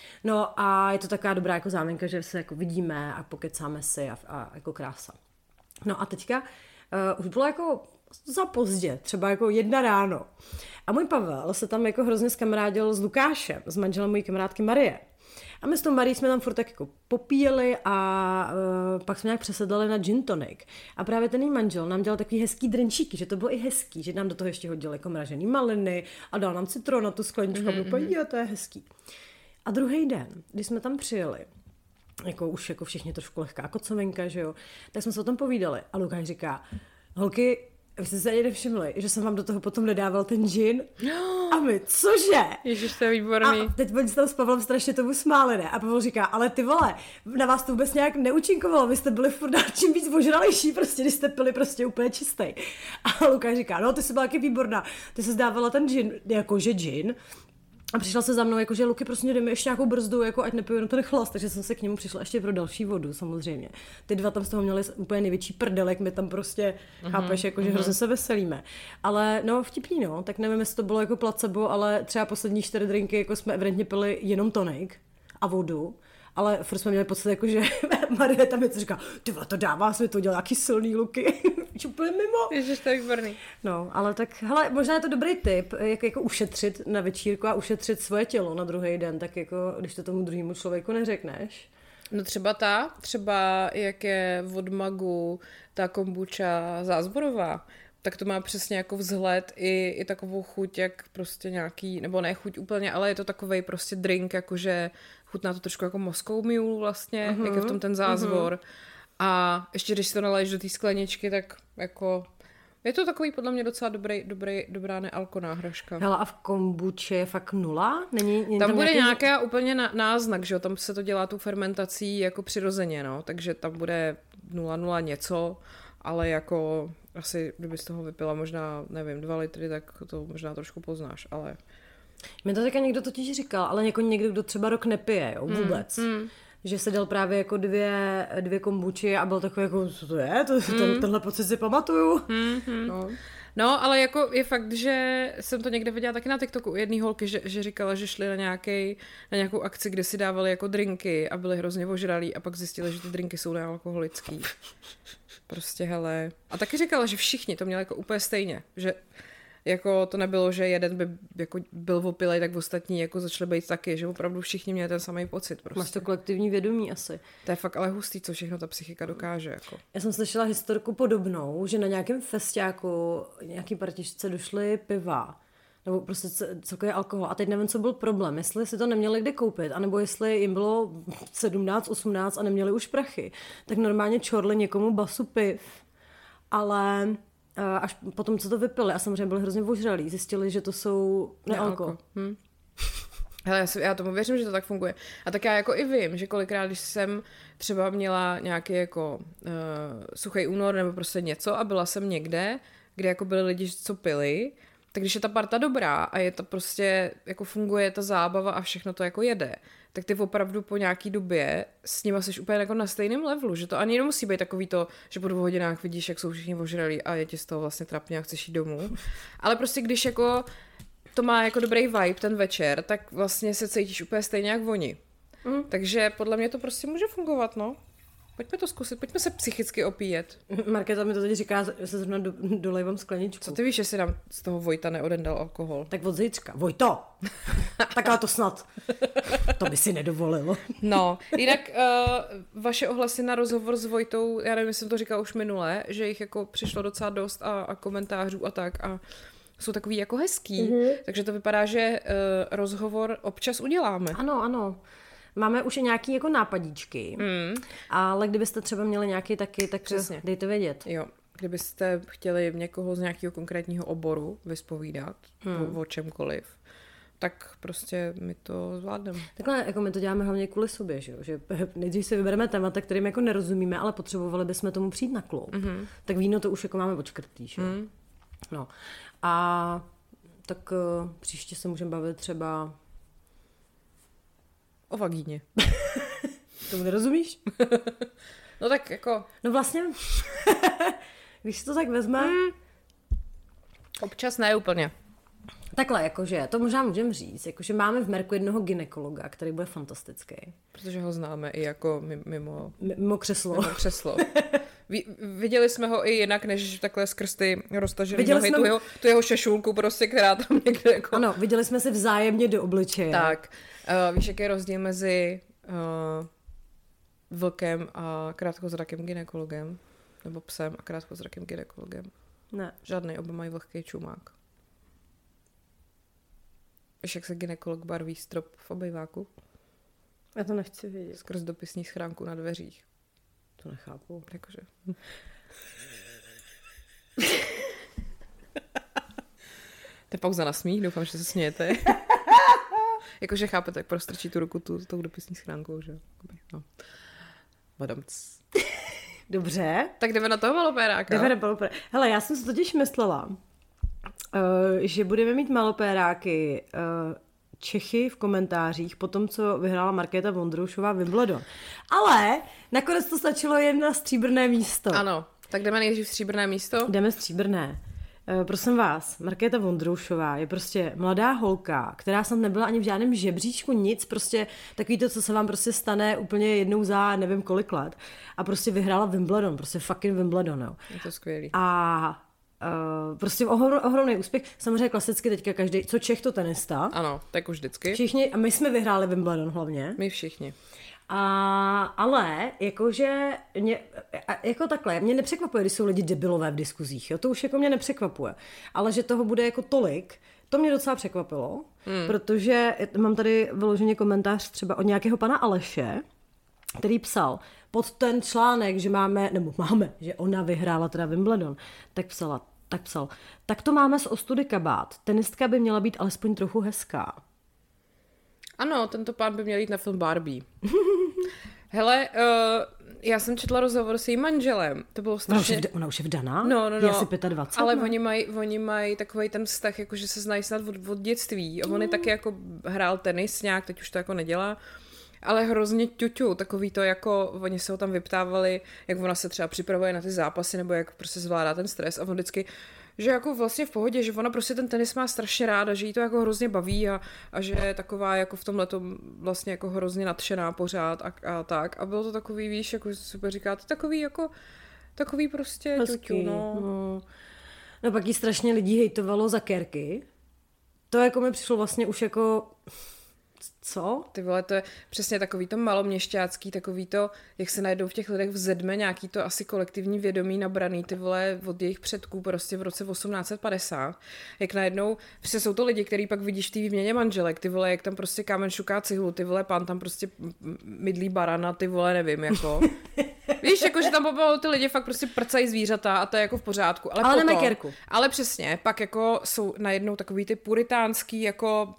No a je to taková dobrá jako záminka, že se jako vidíme a pokecáme si a jako krása. No a teďka už bylo jako za pozdě, třeba jako 1 ráno. A můj Pavel se tam jako hrozně skamarádil s Lukášem, s manželem mojí kamarádky Marie. A my s tou Marí jsme tam furt tak jako popíjeli a pak jsme nějak přesedlali na gin tonic. A právě ten její manžel nám dělal takový hezký drinčíky, že to bylo i hezký, že nám do toho ještě hodil jako mražený maliny a dal nám citron na tu skleničku a úplně, to je hezký. A druhý den, když jsme tam přijeli, jako už jako všichni trošku lehká kocovinka, že jo, tak jsme se o tom povídali. A Lukáš říká, holky, vy jste se ani nevšimli, že jsem vám do toho potom nedával ten gin? A my, cože?
Ježiš, to je výborný.
A teď oni se tam s Pavlem strašně tomu smáli, ne? A Pavel říká, ale ty vole, na vás to vůbec nějak neúčinkovalo, vy jste byli furt čím víc ožralejší, prostě, když jste pili prostě úplně čistý. A Lukáš říká, no ty jsi byla taky výborná, ty jsi zdávala ten gin, jakože gin. A přišla se za mnou, jakože Luky, prostě jdeme ještě nějakou brzdu, jako ať nepiju jenom ten chlast, takže jsem se k němu přišla ještě pro další vodu, samozřejmě. Ty dva tam z toho měli úplně největší prdelek, my tam prostě, chápeš, jakože hrozně se veselíme. Ale no, vtipný, no, tak nevím, jestli to bylo jako placebo, ale třeba poslední 4 drinky, jako jsme evidentně pili jenom tonik a vodu. Ale furt jsme měli pocit, jako, že Marie tam něco říká, ty vole, to dává, jsme to dělali nějaký silný Luky, úplně mimo.
Ježiš, to je výborný.
No, ale tak, hele, možná je to dobrý tip, jak jako ušetřit na večírku a ušetřit svoje tělo na druhý den, tak jako, když to tomu druhému člověku neřekneš.
No třeba jak je od Magu ta kombucha zázvorová, tak to má přesně jako vzhled i takovou chuť, jak prostě nějaký, nebo ne chuť úplně, ale je to takovej prostě drink, jakože chutná to trošku jako Moscow Mule vlastně, jak je v tom ten zázvor. A ještě když si to naleješ do té skleničky, tak jako je to takový podle mě docela dobrá nealko náhražka.
Hele, a v kombuči je fakt 0? Není
tam bude nějaká úplně náznak, že jo, tam se to dělá tu fermentací jako přirozeně, no, takže tam bude 0,0 něco, ale jako asi, kdyby z toho vypila možná, nevím, 2 litry, tak to možná trošku poznáš, ale...
Mě to taky někdo totiž říkal, ale jako někdo, kdo třeba rok nepije, jo, vůbec. Že se dělal právě jako dvě kombuči a byl takový jako, co to je? Tenhle pocit si pamatuju.
No, ale jako je fakt, že jsem to někde viděla taky na TikToku u jedné holky, že říkala, že šli na nějakou akci, kde si dávali jako drinky a byli hrozně ožralí a pak zjistili, že ty drinky jsou nealkoholický. Prostě hele. A taky říkala, že všichni to měli jako úplně stejně, že jako to nebylo, že jeden by jako byl opilej, tak ostatní jako začali být taky, že opravdu všichni měli ten samý pocit. Prostě.
Máš to kolektivní vědomí asi.
To je fakt ale hustý, co všechno ta psychika dokáže. Jako.
Já jsem slyšela historku podobnou, že na nějakém festiáku nějaký partičce došly piva, nebo prostě celkově alkohol. A teď nevím, co byl problém, jestli si to neměli kde koupit, anebo jestli jim bylo 17, 18 a neměli už prachy. Tak normálně čorli někomu basu piv, ale... až potom, co to vypili a samozřejmě byli hrozně ožralí, zjistili, že to jsou nealko.
Hele, já tomu věřím, že to tak funguje. A tak já jako i vím, že kolikrát, když jsem třeba měla nějaký jako suchý únor nebo prostě něco a byla jsem někde, kde jako byli lidi, co pili, tak když je ta parta dobrá a je to prostě, jako funguje ta zábava a všechno to jako jede, tak ty opravdu po nějaký době s nima jsi úplně jako na stejném levelu, že to ani nemusí být takový to, že po 2 hodinách vidíš, jak jsou všichni ožralí a je ti z toho vlastně trapně a chceš jít domů. Ale prostě když jako to má jako dobrý vibe ten večer, tak vlastně se cítíš úplně stejně jak oni. Takže podle mě to prostě může fungovat, no. Pojďme to zkusit, pojďme se psychicky opíjet.
Markéta mi to teď říká, že se zrovna dolejvám skleničku.
Co ty víš, jestli nám z toho Vojta neodendal alkohol?
Tak od zítřka. Vojto! Tak ale to snad. To by si nedovolilo.
No, jinak vaše ohlasy na rozhovor s Vojtou, já nevím, jestli jsem to říkala už minule, že jich jako přišlo docela dost a komentářů a tak a jsou takový jako hezký. Takže to vypadá, že rozhovor občas uděláme.
Ano. Máme už i nějaký jako nápadíčky, ale kdybyste třeba měli nějaký taky, tak přesně. Dejte vědět.
Jo, kdybyste chtěli někoho z nějakého konkrétního oboru vyspovídat o čemkoliv, tak prostě my to zvládneme.
Takhle, jako my to děláme hlavně kvůli sobě, že nejdřív si vybereme témata, kterým jako nerozumíme, ale potřebovali bychom tomu přijít na kloub. Tak víno to už jako máme odškrtlý, že? No. A tak příště se můžeme bavit třeba
o vagíně.
Tomu nerozumíš?
No tak jako...
No vlastně, když si to tak vezme...
Občas ne úplně.
Takhle, jakože, to možná můžeme říct, jakože máme v Merku jednoho gynekologa, který bude fantastický.
Protože ho známe i jako
mimo křeslo.
Mimo křeslo. Viděli jsme ho i jinak, než takhle skrz ty roztažený nohy, tu jeho šešulku prostě, která tam někde jako...
Ano, viděli jsme se vzájemně do obličeje.
Tak, víš, jaký je rozdíl mezi vlkem a krátkozrakým gynekologem? Nebo psem a krátkozrakým gynekologem?
Ne.
Žádný, oba mají vlhký čumák. Víš, jak se gynekolog barví strop v obejváku?
Já to nechci vědět.
Skrz dopisní schránku na dveřích.
To nechápu.
Jakože... To je pauza na smích, doufám, že se smějete. Jakože chápete, jak prostrčí tu ruku tou dopisní schránkou, že? No. Badamc.
Dobře.
Tak jdeme na toho malopéráka.
Jdeme na malopéráka. Hele, já jsem si totiž myslela, že budeme mít malopéráky Čechy v komentářích po tom, co vyhrála Markéta Vondroušová Wimbledon. Ale nakonec to stačilo jen na stříbrné místo.
Ano, tak jdeme nejdřív stříbrné místo?
Jdeme stříbrné. Prosím vás, Markéta Vondroušová je prostě mladá holka, která snad nebyla ani v žádném žebříčku, nic, prostě takový to, co se vám prostě stane úplně jednou za nevím kolik let. A prostě vyhrála Wimbledon, prostě fucking Wimbledon, jo.
Je to skvělý.
A prostě ohromný úspěch. Samozřejmě klasicky teďka každý, co Čech, to tenista.
Ano, tak už vždycky.
Všichni, a my jsme vyhráli Wimbledon hlavně.
My všichni.
Ale jakože jako takhle, mě nepřekvapuje, když jsou lidi debilové v diskuzích, jo? To už jako mě nepřekvapuje, ale že toho bude jako tolik, to mě docela překvapilo, protože mám tady vyloženě komentář třeba od nějakého pana Aleše, který psal pod ten článek, že máme, že ona vyhrála teda Wimbledon, tak psal, tak to máme z ostudy kabát, tenistka by měla být alespoň trochu hezká.
Ano, tento pán by měl jít na film Barbie. Hele, já jsem četla rozhovor s jejím manželem. To bylo strašně...
Ona už je vdaná?
No.
Je asi 25.
Ale oni mají takovej ten vztah, jako že se znají snad od dětství. A on je taky jako hrál tenis nějak, teď už to jako nedělá. Ale hrozně ťuťu, takový to jako, oni se ho tam vyptávali, jak ona se třeba připravuje na ty zápasy, nebo jak prostě zvládá ten stres. A on vždycky, že jako vlastně v pohodě, že ona prostě ten tenis má strašně ráda, že jí to jako hrozně baví a že je taková jako v tomhletom vlastně jako hrozně nadšená pořád a tak. A bylo to takový, víš, jako super říkáte, takový prostě ťuťu, no.
No pak jí strašně lidí hejtovalo za kérky. To jako mi přišlo vlastně už jako... Co?
Ty vole, to je přesně takový to maloměšťácký, takový to, jak se najednou v těch lidech vzedme nějaký to asi kolektivní vědomí nabraný, ty vole, od jejich předků prostě v roce 1850. Jak najednou, prostě jsou to lidi, který pak vidíš v té výměně manželek, ty vole, jak tam prostě kámen šuká cihlu, ty vole, pán tam prostě mydlí barana, ty vole, nevím, jako. Víš, jako, že tam pomalu ty lidi fakt prostě prcají zvířata a to je jako v pořádku. Ale potom,
nemají kérku.
Ale přesně, pak jako jsou najednou takový ty puritánský, jako...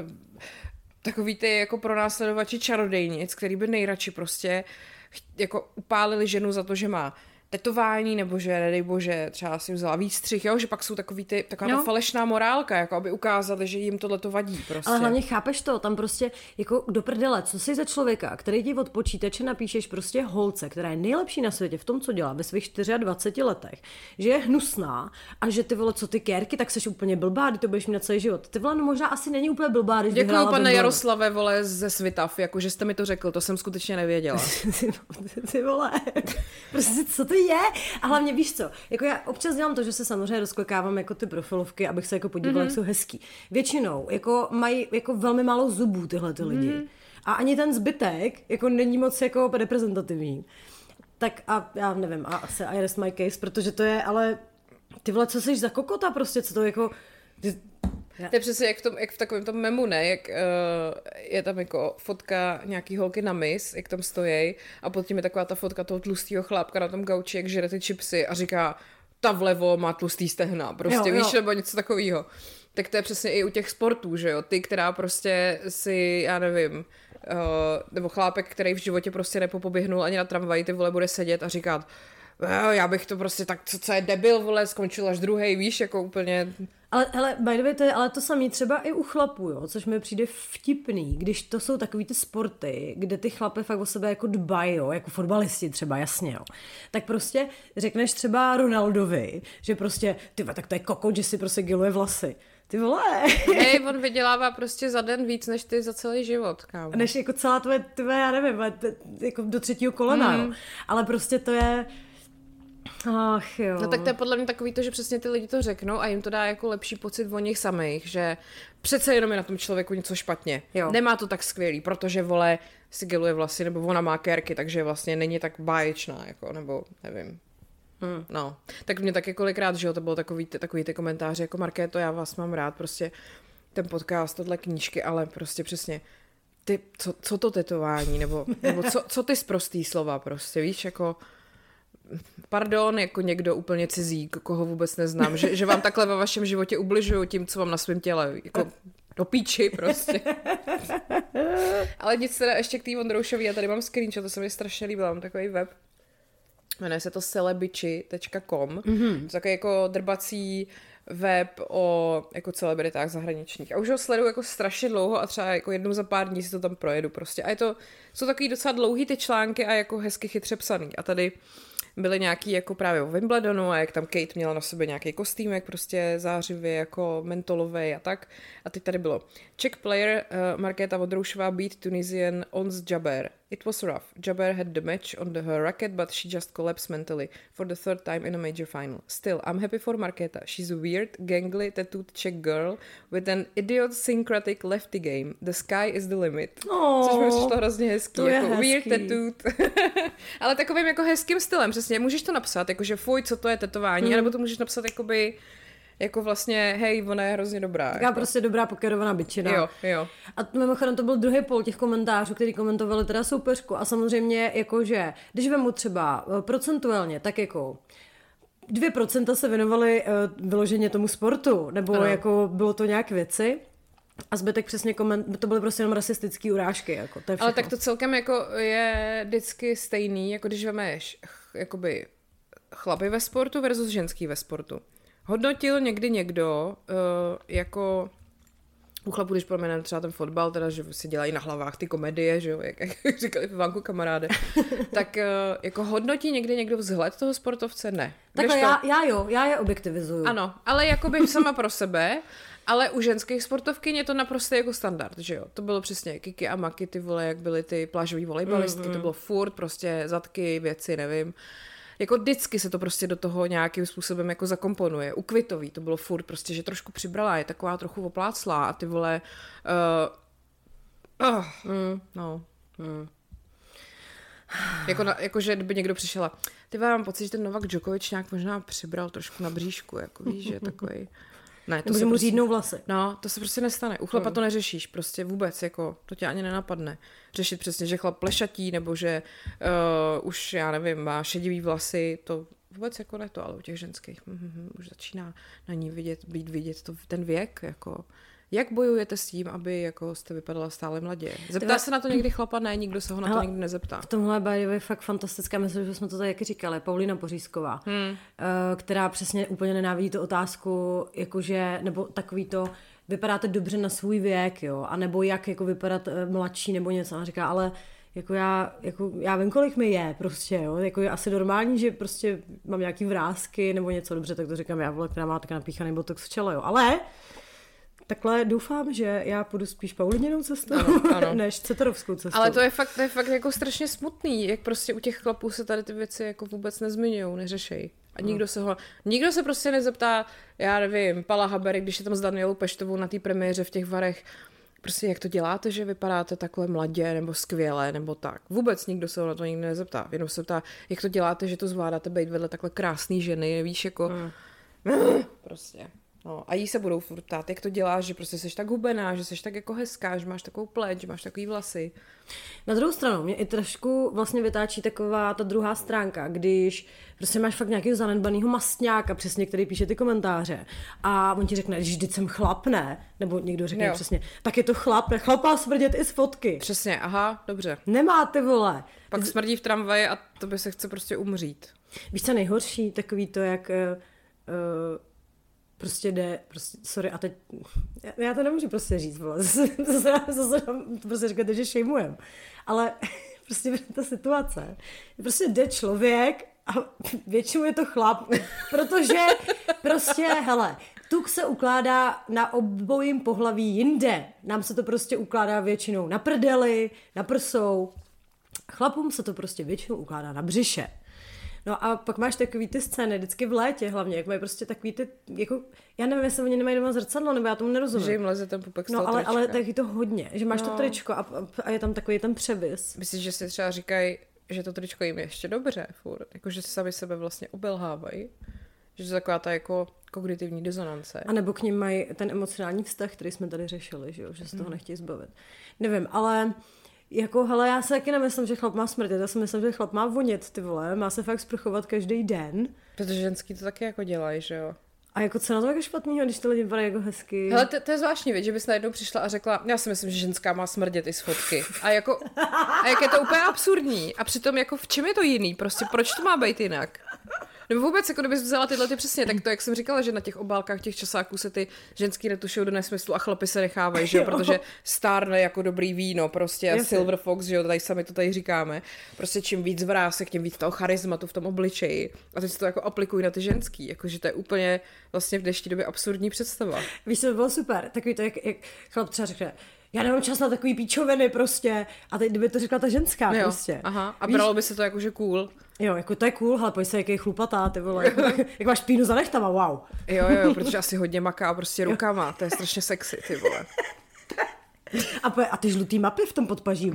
takový ty jako pronásledovači čarodejnic, který by nejradši prostě jako upálili ženu za to, že má tetování, nebo že, nedej bože, třeba si vzala výstřih, jo, že pak jsou taková ta falešná morálka, jako aby ukázali, že jim tohle to vadí prostě.
Ale hlavně chápeš to, tam prostě jako do prdele, co jsi za člověka, který ti od počítače napíšeš prostě holce, která je nejlepší na světě v tom, co dělá ve svých 24 letech, že je hnusná a že ty vole, co ty kérky, tak seš úplně blbá, ty to budeš mít na celý život. Ty vole, no možná asi není úplně blbá, když
děkuju, pane Jaroslave, vole, ze Svitav, jako že jste mi to řekl, to jsem skutečně nevěděla.
Ty vole, prostě co to je? A hlavně víš co, jako já občas dělám to, že se samozřejmě rozklikávám jako ty profilovky, abych se jako podívala, jak jsou hezký. Většinou jako mají jako velmi málo zubů tyhle ty lidi. A ani ten zbytek jako není moc jako reprezentativní. Tak a já nevím, a asi I rest my case, protože to je, ale ty vole, co jsi za kokota prostě, co to jako...
To je přesně jak v takovém tom memu, ne? Jak je tam jako fotka nějaký holky na mis, jak tam stojí a pod tím je taková ta fotka toho tlustého chlápka na tom gauči, jak žere ty chipsy a říká, ta vlevo má tlustý stehna, prostě víš, nebo něco takového. Tak to je přesně i u těch sportů, že jo? Ty, která prostě si, já nevím, nebo chlápek, který v životě prostě nepopoběhnul ani na tramvaji, ty vole bude sedět a říkat, já bych to prostě tak, co je debil, vole, skončil až druhej, víš, jako úplně...
Ale hele, by the way, to je ale to samý třeba i u chlapů, jo, což mi přijde vtipný, když to jsou takový ty sporty, kde ty chlapy fakt o sebe jako dbají, jo, jako fotbalisti třeba, jasně, jo. Tak prostě řekneš třeba Ronaldovi, že prostě, tyva, tak to je kokot, že si prostě giluje vlasy. Ty vole.
Hej, on vydělává prostě za den víc, než ty za celý život, kámo.
Než jako celá tvoje, já nevím, jako do 3. kolena, jo. Ale prostě to je... Ach jo.
No tak to je podle mě takový to, že přesně ty lidi to řeknou a jim to dá jako lepší pocit o nich samých, že přece jenom je na tom člověku něco špatně. Jo. Nemá to tak skvělý, protože vole si geluje vlasy, nebo ona má kérky, takže vlastně není tak báječná, jako, nebo nevím. No, tak mě taky kolikrát, že jo, to bylo takový ty komentáře, jako Markéto, já vás mám rád, prostě ten podcast, tohle knížky, ale prostě přesně ty, co to tetování, nebo co ty sprostý slova, prostě, víš, jako pardon, jako někdo úplně cizí, koho vůbec neznám, že vám takhle ve vašem životě ubližuju tím, co mám na svém těle, jako do píči prostě. Ale nic teda ještě k té Vondroušový, já tady mám screenshot, to se mi strašně líbilo, mám takový web, jmenuje se to celebiči.com, to je takový jako drbací web o jako celebritách zahraničních. A už ho sleduju jako strašně dlouho a třeba jako jednou za pár dní si to tam projedu prostě. A jsou takový docela dlouhý ty články a jako hezky chytře psaný. A tady byly nějaký jako právě o Wimbledonu a jak tam Kate měla na sobě nějaký kostýmek prostě zářivě jako mentolovej a tak. A teď tady bylo Czech player Markéta Vondroušová beat Tunisian Ons Jabeur. It was rough. Jabeur had the match on her racket, but she just collapsed mentally for the third time in a major final. Still, I'm happy for Markéta. She's a weird, gangly, tattooed Czech girl with an idiosyncratic lefty game. The sky is the limit. Což mi přišlo hrozně hezký. Jako hezký. Weird, tattooed. Ale takovým jako hezkým stylem, přesně. Můžeš to napsat, jakože fuj, co to je tetování, anebo to můžeš napsat jakoby jako vlastně, hej, ona je hrozně dobrá.
Taká jako prostě dobrá pokerovaná bičina.
Jo.
A mimochodem to byl druhý pol těch komentářů, který komentovali teda soupeřku. A samozřejmě jakože, když vemu třeba procentuálně, tak jako 2% se věnovali vyloženě tomu sportu, nebo jako bylo to nějak věci. A zbytek přesně to byly prostě jenom rasistický urážky, jako to je všechno.
Ale tak to celkem jako je vždycky stejný, jako když vemeš jakoby chlapy ve sportu versus ženský ve sportu. Hodnotil někdy někdo, jako u chlapů, když proměneme třeba ten fotbal, teda, že si dělají na hlavách ty komedie, že jo, jak říkali v Vanku kamaráde, tak jako hodnotí někdy někdo vzhled toho sportovce? Ne.
Takhle já je objektivizuju.
Ano, ale jakoby sama pro sebe, ale u ženských sportovkyň je to naprosto jako standard, že jo. To bylo přesně Kiki a Maki, ty vole, jak byly ty plážový volejbalistky, to bylo furt, prostě zadky, věci, nevím. Jako vždycky se to prostě do toho nějakým způsobem jako zakomponuje. U Kvitový to bylo furt prostě, že trošku přibrala, je taková trochu opláclá a ty vole... Jakože kdyby někdo přišel a ty mám pocit, že ten Novak Djokovic nějak možná přibral trošku na bříšku, jako víš, že je takový. Ne, to
se mu prostě řídnou vlasy.
No, to se prostě nestane. U chlapa to neřešíš, prostě vůbec, jako, to tě ani nenapadne. Řešit přesně, že chlap plešatí, nebo že už, já nevím, má šedivý vlasy, to vůbec jako ne to, ale u těch ženských už začíná na ní být vidět ten věk, jako, Jak bojujete s tím, aby jako jste vypadala stále mladě? Zeptá se na to někdy chlapa? Ne, nikdo se ho na to nikdy nezeptá.
V tomhle by je fakt fantastická, myslím, že jsme to tady jaký říkali, Paulína Pořízková, která přesně úplně nenávidí tu otázku, jakože, nebo takový to, vypadáte dobře na svůj věk, jo, a nebo jak jako vypadat mladší nebo něco. Ona říká, ale jako já vím, kolik mi je prostě, jo, jako je asi normální, že prostě mám nějaký vrásky nebo něco, dobře, tak to říkám já, vole, která má tak napíchaný botox v čele, jo, ale takhle doufám, že já půjdu spíš Pauliněnou cestou, ano. Než Cetarovskou cestou.
Ale to je fakt jako strašně smutný, jak prostě u těch chlapů se tady ty věci jako vůbec nezmiňujou, neřešej. A nikdo se prostě nezeptá, já nevím, Pala Habery, když je tam s Danielou Peštovou na té premiéře v těch Varech, prostě jak to děláte, že vypadáte takhle mladě nebo skvěle nebo tak. Vůbec nikdo se ho na to nikdy nezeptá. Jenom se ptá, jak to děláte, že to zvládáte být vedle takhle krásný ženy, víš, jako prostě. No, a jí se budou furt ptát, jak to děláš, že prostě jsi tak hubená, že jsi tak jako hezká, že máš takovou pleť, že máš takový vlasy.
Na druhou stranu, mě i trošku vlastně vytáčí taková ta druhá stránka, když prostě máš fakt nějakého zanedbanýho mastňáka, přesně, který píše ty komentáře a on ti řekne, že vždyť jsem chlap, ne? Nebo někdo řekne přesně, tak je to chlap, ne? Chlap má smrdět i z fotky.
Přesně, aha, dobře.
Nemá, ty vole.
Pak smrdí v tramvaji a to by se chce prostě umřít.
Víš, co nejhorší? Takový to, jak prostě jde, prostě, sorry, a teď, já to nemůžu prostě říct, vole, zase prostě říkáte, že šejmujem, ale prostě ta situace, prostě jde člověk a většinou je to chlap, protože prostě, hele, tuk se ukládá na obojím pohlaví jinde, nám se to prostě ukládá většinou na prdeli, na prsou, chlapům se to prostě většinou ukládá na břiše. No a pak máš takový ty scény, vždycky v létě hlavně, jak mají prostě takový ty, jako, já nevím, jestli oni nemají doma zrcadlo, nebo já tomu nerozumím.
Že jim leze ten pupek z toho
trička. Ale taky to hodně, že máš to tričko a je tam takový ten převis.
Myslíš, že si třeba říkají, že to tričko jim je ještě dobře furt, jako že si sami sebe vlastně obelhávají, že to je taková ta jako kognitivní disonance.
A nebo k ním mají ten emocionální vztah, který jsme tady řešili, že se toho nechtějí zbavit. Nevím, ale jako, hele, já se taky nemyslím, že chlap má smrdět, já si myslím, že chlap má vonět, ty vole, má se fakt sprchovat každý den.
Protože ženský to taky jako dělají, že jo?
A jako co na to jako špatného, když ty lidi vypadají jako hezky?
Hele, to je zvláštní věc, že bys najednou přišla a řekla, já si myslím, že ženská má smrdět i z fotky. A jak je to úplně absurdní. A přitom jako v čem je to jiný? Prostě proč to má být jinak? Nebo vůbec, jako kdybys vzala tyhle ty přesně, tak to, jak jsem říkala, že na těch obálkách těch časáků se ty ženský retušují do nesmyslu a chlapi se nechávají, že jo, protože stárne jako dobrý víno, prostě a Silver Fox, že jo, tady sami to tady říkáme. Prostě čím víc vrásek, tím víc toho charizmatu v tom obličeji. A teď se to jako aplikují na ty ženský, jakože to je úplně vlastně v dnešní době absurdní představa.
Víš, to bylo super, takový to, jak chlap třeba řekne, já nemám čas na takový píčoviny prostě. A teď kdyby to řekla ta ženská prostě.
Aha, a bralo by se to jakože cool.
Jo, jako to je cool, ale pojď se, jaký chlupatá, ty vole, jak máš pínu za nechtama, wow.
Jo, protože asi hodně maká prostě rukama, to je strašně sexy, ty vole.
A ty žlutý mapy v tom podpaží.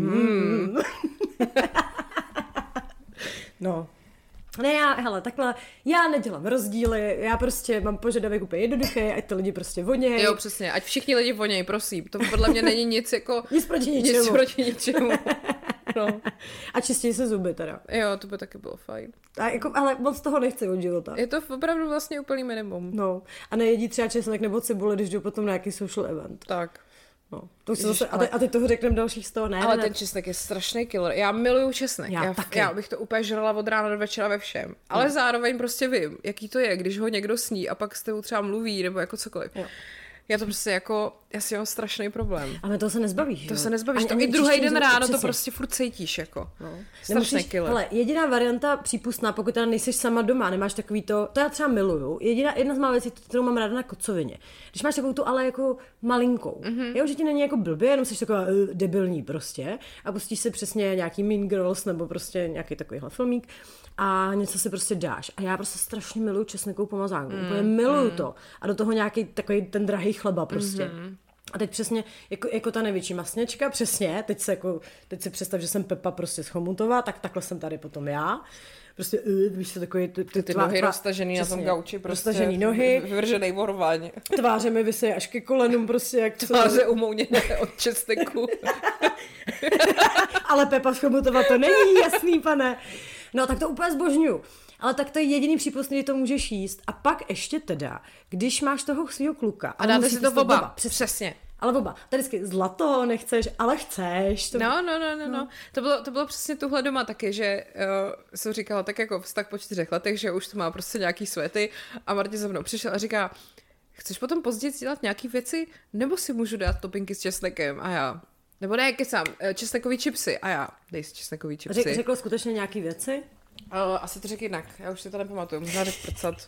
No. Ne, takhle, já nedělám rozdíly, já prostě mám požadavek úplně jednoduchý, ať ty lidi prostě vonějí.
Jo, přesně, ať všichni lidi vonějí, prosím, to podle mě není nic jako...
Nic proti ničemu. No. A čistějí se zuby teda.
Jo, to by taky bylo fajn.
A jako, ale moc toho nechci od života.
Je to opravdu vlastně úplný minimum.
No. A nejedí třeba česnek nebo cibuli, když jdou potom na nějaký social event.
Tak.
No. To Ježiš, zase, a teď toho řekneme dalších 100, ne?
Ale ten česnek je strašný killer. Já miluju česnek. Já bych to úplně žrala od rána do večera ve všem. Ale zároveň prostě vím, jaký to je, když ho někdo sní a pak s tebou třeba mluví nebo jako cokoliv. Jo. Já to prostě jako, já si mám strašný problém.
Ale to se nezbavíš,
To se nezbavíš, to i druhý den ráno to prostě furt cítíš, jako. No. Strašný killer.
Ale jediná varianta přípustná, pokud teda nejseš sama doma, nemáš takový to já třeba miluju, jedna z mála věcí, kterou mám ráda na kocovině. Když máš takovou tu ale jako malinkou, jo, že ti není jako blbě, jenom jsi taková debilní prostě a pustíš si přesně nějaký Mean Girls nebo prostě nějaký takovýhle filmík a něco si prostě dáš. A já prostě strašně miluju česnekovou pomazánku, úplně miluju to. A do toho nějaký takový ten drahý chleba prostě. A teď přesně, jako ta největší masněčka, přesně, teď si představ, že jsem Pepa prostě z Chomutova, tak takhle jsem tady potom já. Prostě, víš se, takový
ty nohy roztažený na tom gauči, prostě roztažený
nohy,
vyvržený vorvaň.
Tváře mi vysejí až ke kolenům, prostě jak
tváře umouněné od česneku.
Ale Pepa z Chomutova to není, jasný, pane. No tak to úplně zbožňuju. Ale tak to je jediný přípustný, kdy to můžeš jíst. A pak ještě teda, když máš toho svýho kluka.
A dáte si to oba. Přesně.
Ale oba. Tady vždycky zlato nechceš, ale chceš. To...
No. To bylo přesně tuhle doma taky, že jsem říkala tak jako vztah po 4 letech, že už to má prostě nějaký svety a Martin za mnou přišel a říká, chceš potom později dělat nějaký věci, nebo si můžu dát topinky s česnekem? A já, nebo ne, kecám, česnekový chipsy. A já, dej si česnekový chipsy.
Řekl skutečně nějaký věci?
Asi to řekl jinak, já už si to nepamatuju, možná řekl prcat.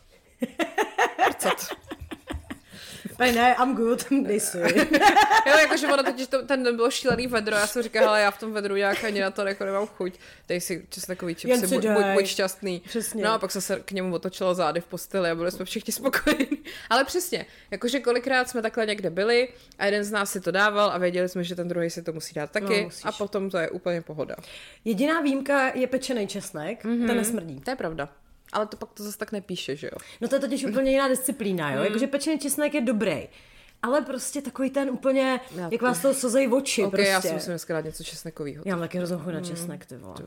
Ne, I'm good, dej si.
Jo, jakože ono totiž ten den bylo šílený vedro, já jsem říkala, hele, já v tom vedru nějak ani na to jako nemám chuť, dej si česnekový chipsy, buď šťastný.
Přesně.
No a pak jsem se k němu otočila zády v posteli a byli jsme všichni spokojení. Ale přesně, jakože kolikrát jsme takhle někde byli a jeden z nás si to dával a věděli jsme, že ten druhý si to musí dát taky a potom to je úplně pohoda.
Jediná výjimka je pečený česnek, ten nesmrdí.
To je pravda. Ale to pak to zase tak nepíše, že jo?
No to je totiž úplně jiná disciplína, jo? Jakože pečený česnek je dobrý. Ale prostě takový ten úplně, jak vás toho slzejí oči, prostě.
Já si musím dneska dát něco česnekovýho.
Já mám taky hroznou chuť na česnek, ty vole.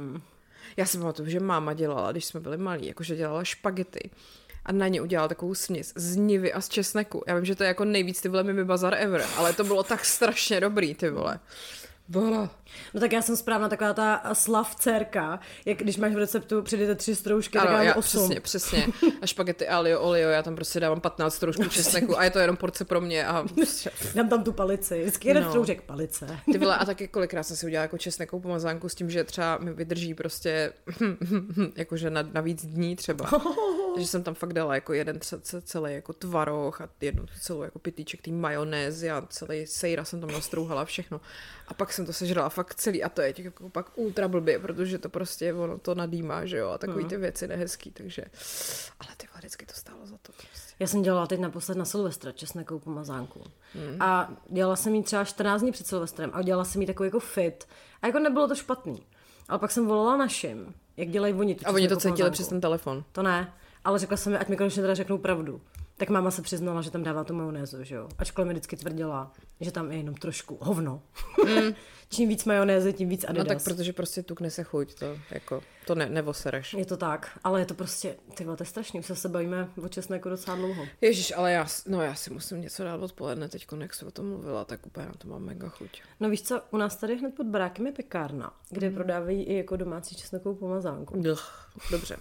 Já si pamatuju, že máma dělala, když jsme byli malí, jakože dělala špagety a na ně udělala takovou směs z nivy a z česneku. Já vím, že to je jako nejvíc, ty vole, Mimi Bazar ever, ale to bylo tak strašně dobrý, ty vole. Bola.
No tak já jsem správná taková ta slav dcerka, jak když máš v receptu přidejte 3 stroužky, tak já 8.
Přesně. A špagety alio, olio, já tam prostě dávám 15 stroužků česneku a je to jenom porce pro mě a...
Dám tam tu palici, vždycky jeden stroužek palice.
Ty vole, a taky kolikrát jsem si udělala jako česnekovou pomazánku s tím, že třeba mi vydrží prostě jakože na víc dní třeba. Takže jsem tam fakt dala jako jeden celý jako tvaroh a jednu celou jako pytlíček tý majonézy a celý sejra jsem tam nastrouhala všechno. A pak jsem to sežrala fakt celý a to je jako pak ultra blbě, protože to prostě ono to nadýmá, že jo, a takový ty věci nehezký, takže ale ty vždycky to stálo za to prostě.
Já jsem dělala teď naposled na Silvestra česnekovou pomazánku a dělala jsem jí třeba 14 dní před Silvestrem a dělala jsem jí takový jako fit a jako nebylo to špatný, ale pak jsem volala našim, jak dělají oni tu.
A oni to cítili přes ten telefon.
To ne, ale řekla jsem mi, ať mi konečně teda řeknou pravdu. Tak máma se přiznala, že tam dává tu majonézu, že jo? Ačkoliv mi vždycky tvrdila, že tam je jenom trošku hovno. Čím víc majonézy, tím víc Adidas.
No tak protože prostě tuk nese chuť, to nevosereš.
Je to tak, ale je to prostě, ty vole, to je strašný, už se bavíme o česneku docela dlouho.
Ježiš, ale já si musím něco dát odpoledne teďko, jak jsi o tom mluvila, tak úplně na to mám mega chuť.
No víš co, u nás tady hned pod barákem je pekárna, kde prodávají i jako domácí česnekovou pomazánku.
Dobře.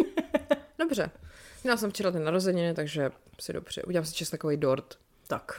Dobře. Měla jsem včera ten narozeniny, takže si dobře. Udělám si česnekový dort.
Tak.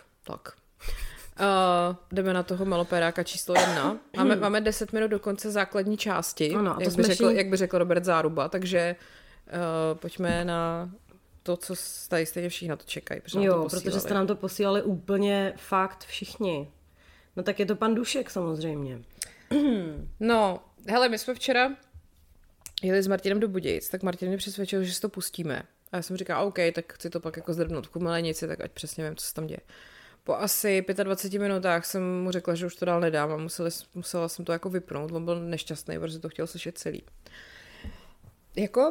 Jdeme na toho malopéráka číslo 1. Máme 10 minut do konce základní části,
ano,
jak by řekl Robert Záruba, takže pojďme na to, co tady stejně všichni na to čekají.
Protože jste nám to posílali úplně fakt všichni. No tak je to pan Dušek samozřejmě.
No, hele, my jsme včera jeli s Martinem do Budějic, tak Martin mě přesvědčil, že si to pustíme. A já jsem říkala, OK, tak chci to pak jako zdrbnout v Kumelenici, tak ať přesně vím, co se tam děje. Po asi 25 minutách jsem mu řekla, že už to dál nedám a musela jsem to jako vypnout. On byl nešťastný, protože to chtěl slyšet celý. Jako,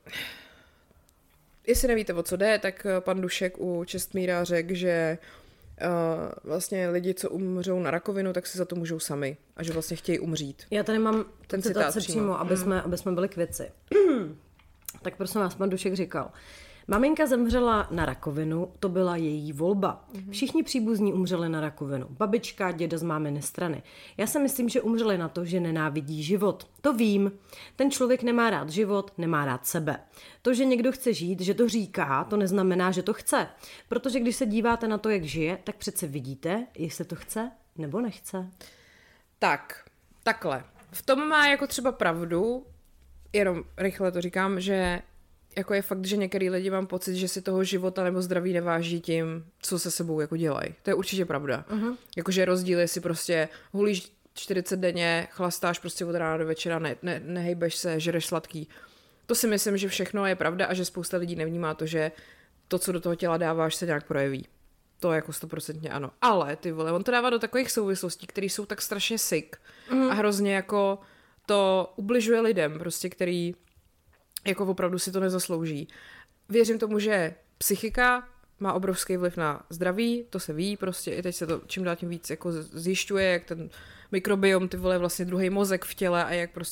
jestli nevíte, o co jde, tak pan Dušek u Čestmíra řekl, že vlastně lidi, co umřou na rakovinu, tak si za to můžou sami a že vlastně chtějí umřít.
Já tady mám ten citace přímo, aby jsme byli k věci. Tak prosím vás, pan Dušek říkal, maminka zemřela na rakovinu, to byla její volba. Všichni příbuzní umřeli na rakovinu. Babička, děda z máminy strany. Já si myslím, že umřeli na to, že nenávidí život. To vím. Ten člověk nemá rád život, nemá rád sebe. To, že někdo chce žít, že to říká, to neznamená, že to chce. Protože když se díváte na to, jak žije, tak přece vidíte, jestli to chce nebo nechce.
Takhle. V tom má jako třeba pravdu, jenom rychle to říkám, že jako je fakt, že některý lidi mám pocit, že si toho života nebo zdraví neváží tím, co se sebou jako dělají. To je určitě pravda. Jakože rozdíl je si prostě hulíš 40 denně, chlastáš prostě od rána do večera, nehejbeš se, žereš sladký. To si myslím, že všechno je pravda a že spousta lidí nevnímá to, že to, co do toho těla dáváš, se nějak projeví. To jako 100% ano. Ale ty vole, on to dává do takových souvislostí, které jsou tak strašně sick a hrozně jako to ubližuje lidem, prostě, který jako opravdu si to nezaslouží. Věřím tomu, že psychika má obrovský vliv na zdraví, to se ví prostě, i teď se to čím dál tím víc jako zjišťuje, jak ten mikrobiom, ty vole, vlastně druhý mozek v těle a jak prostě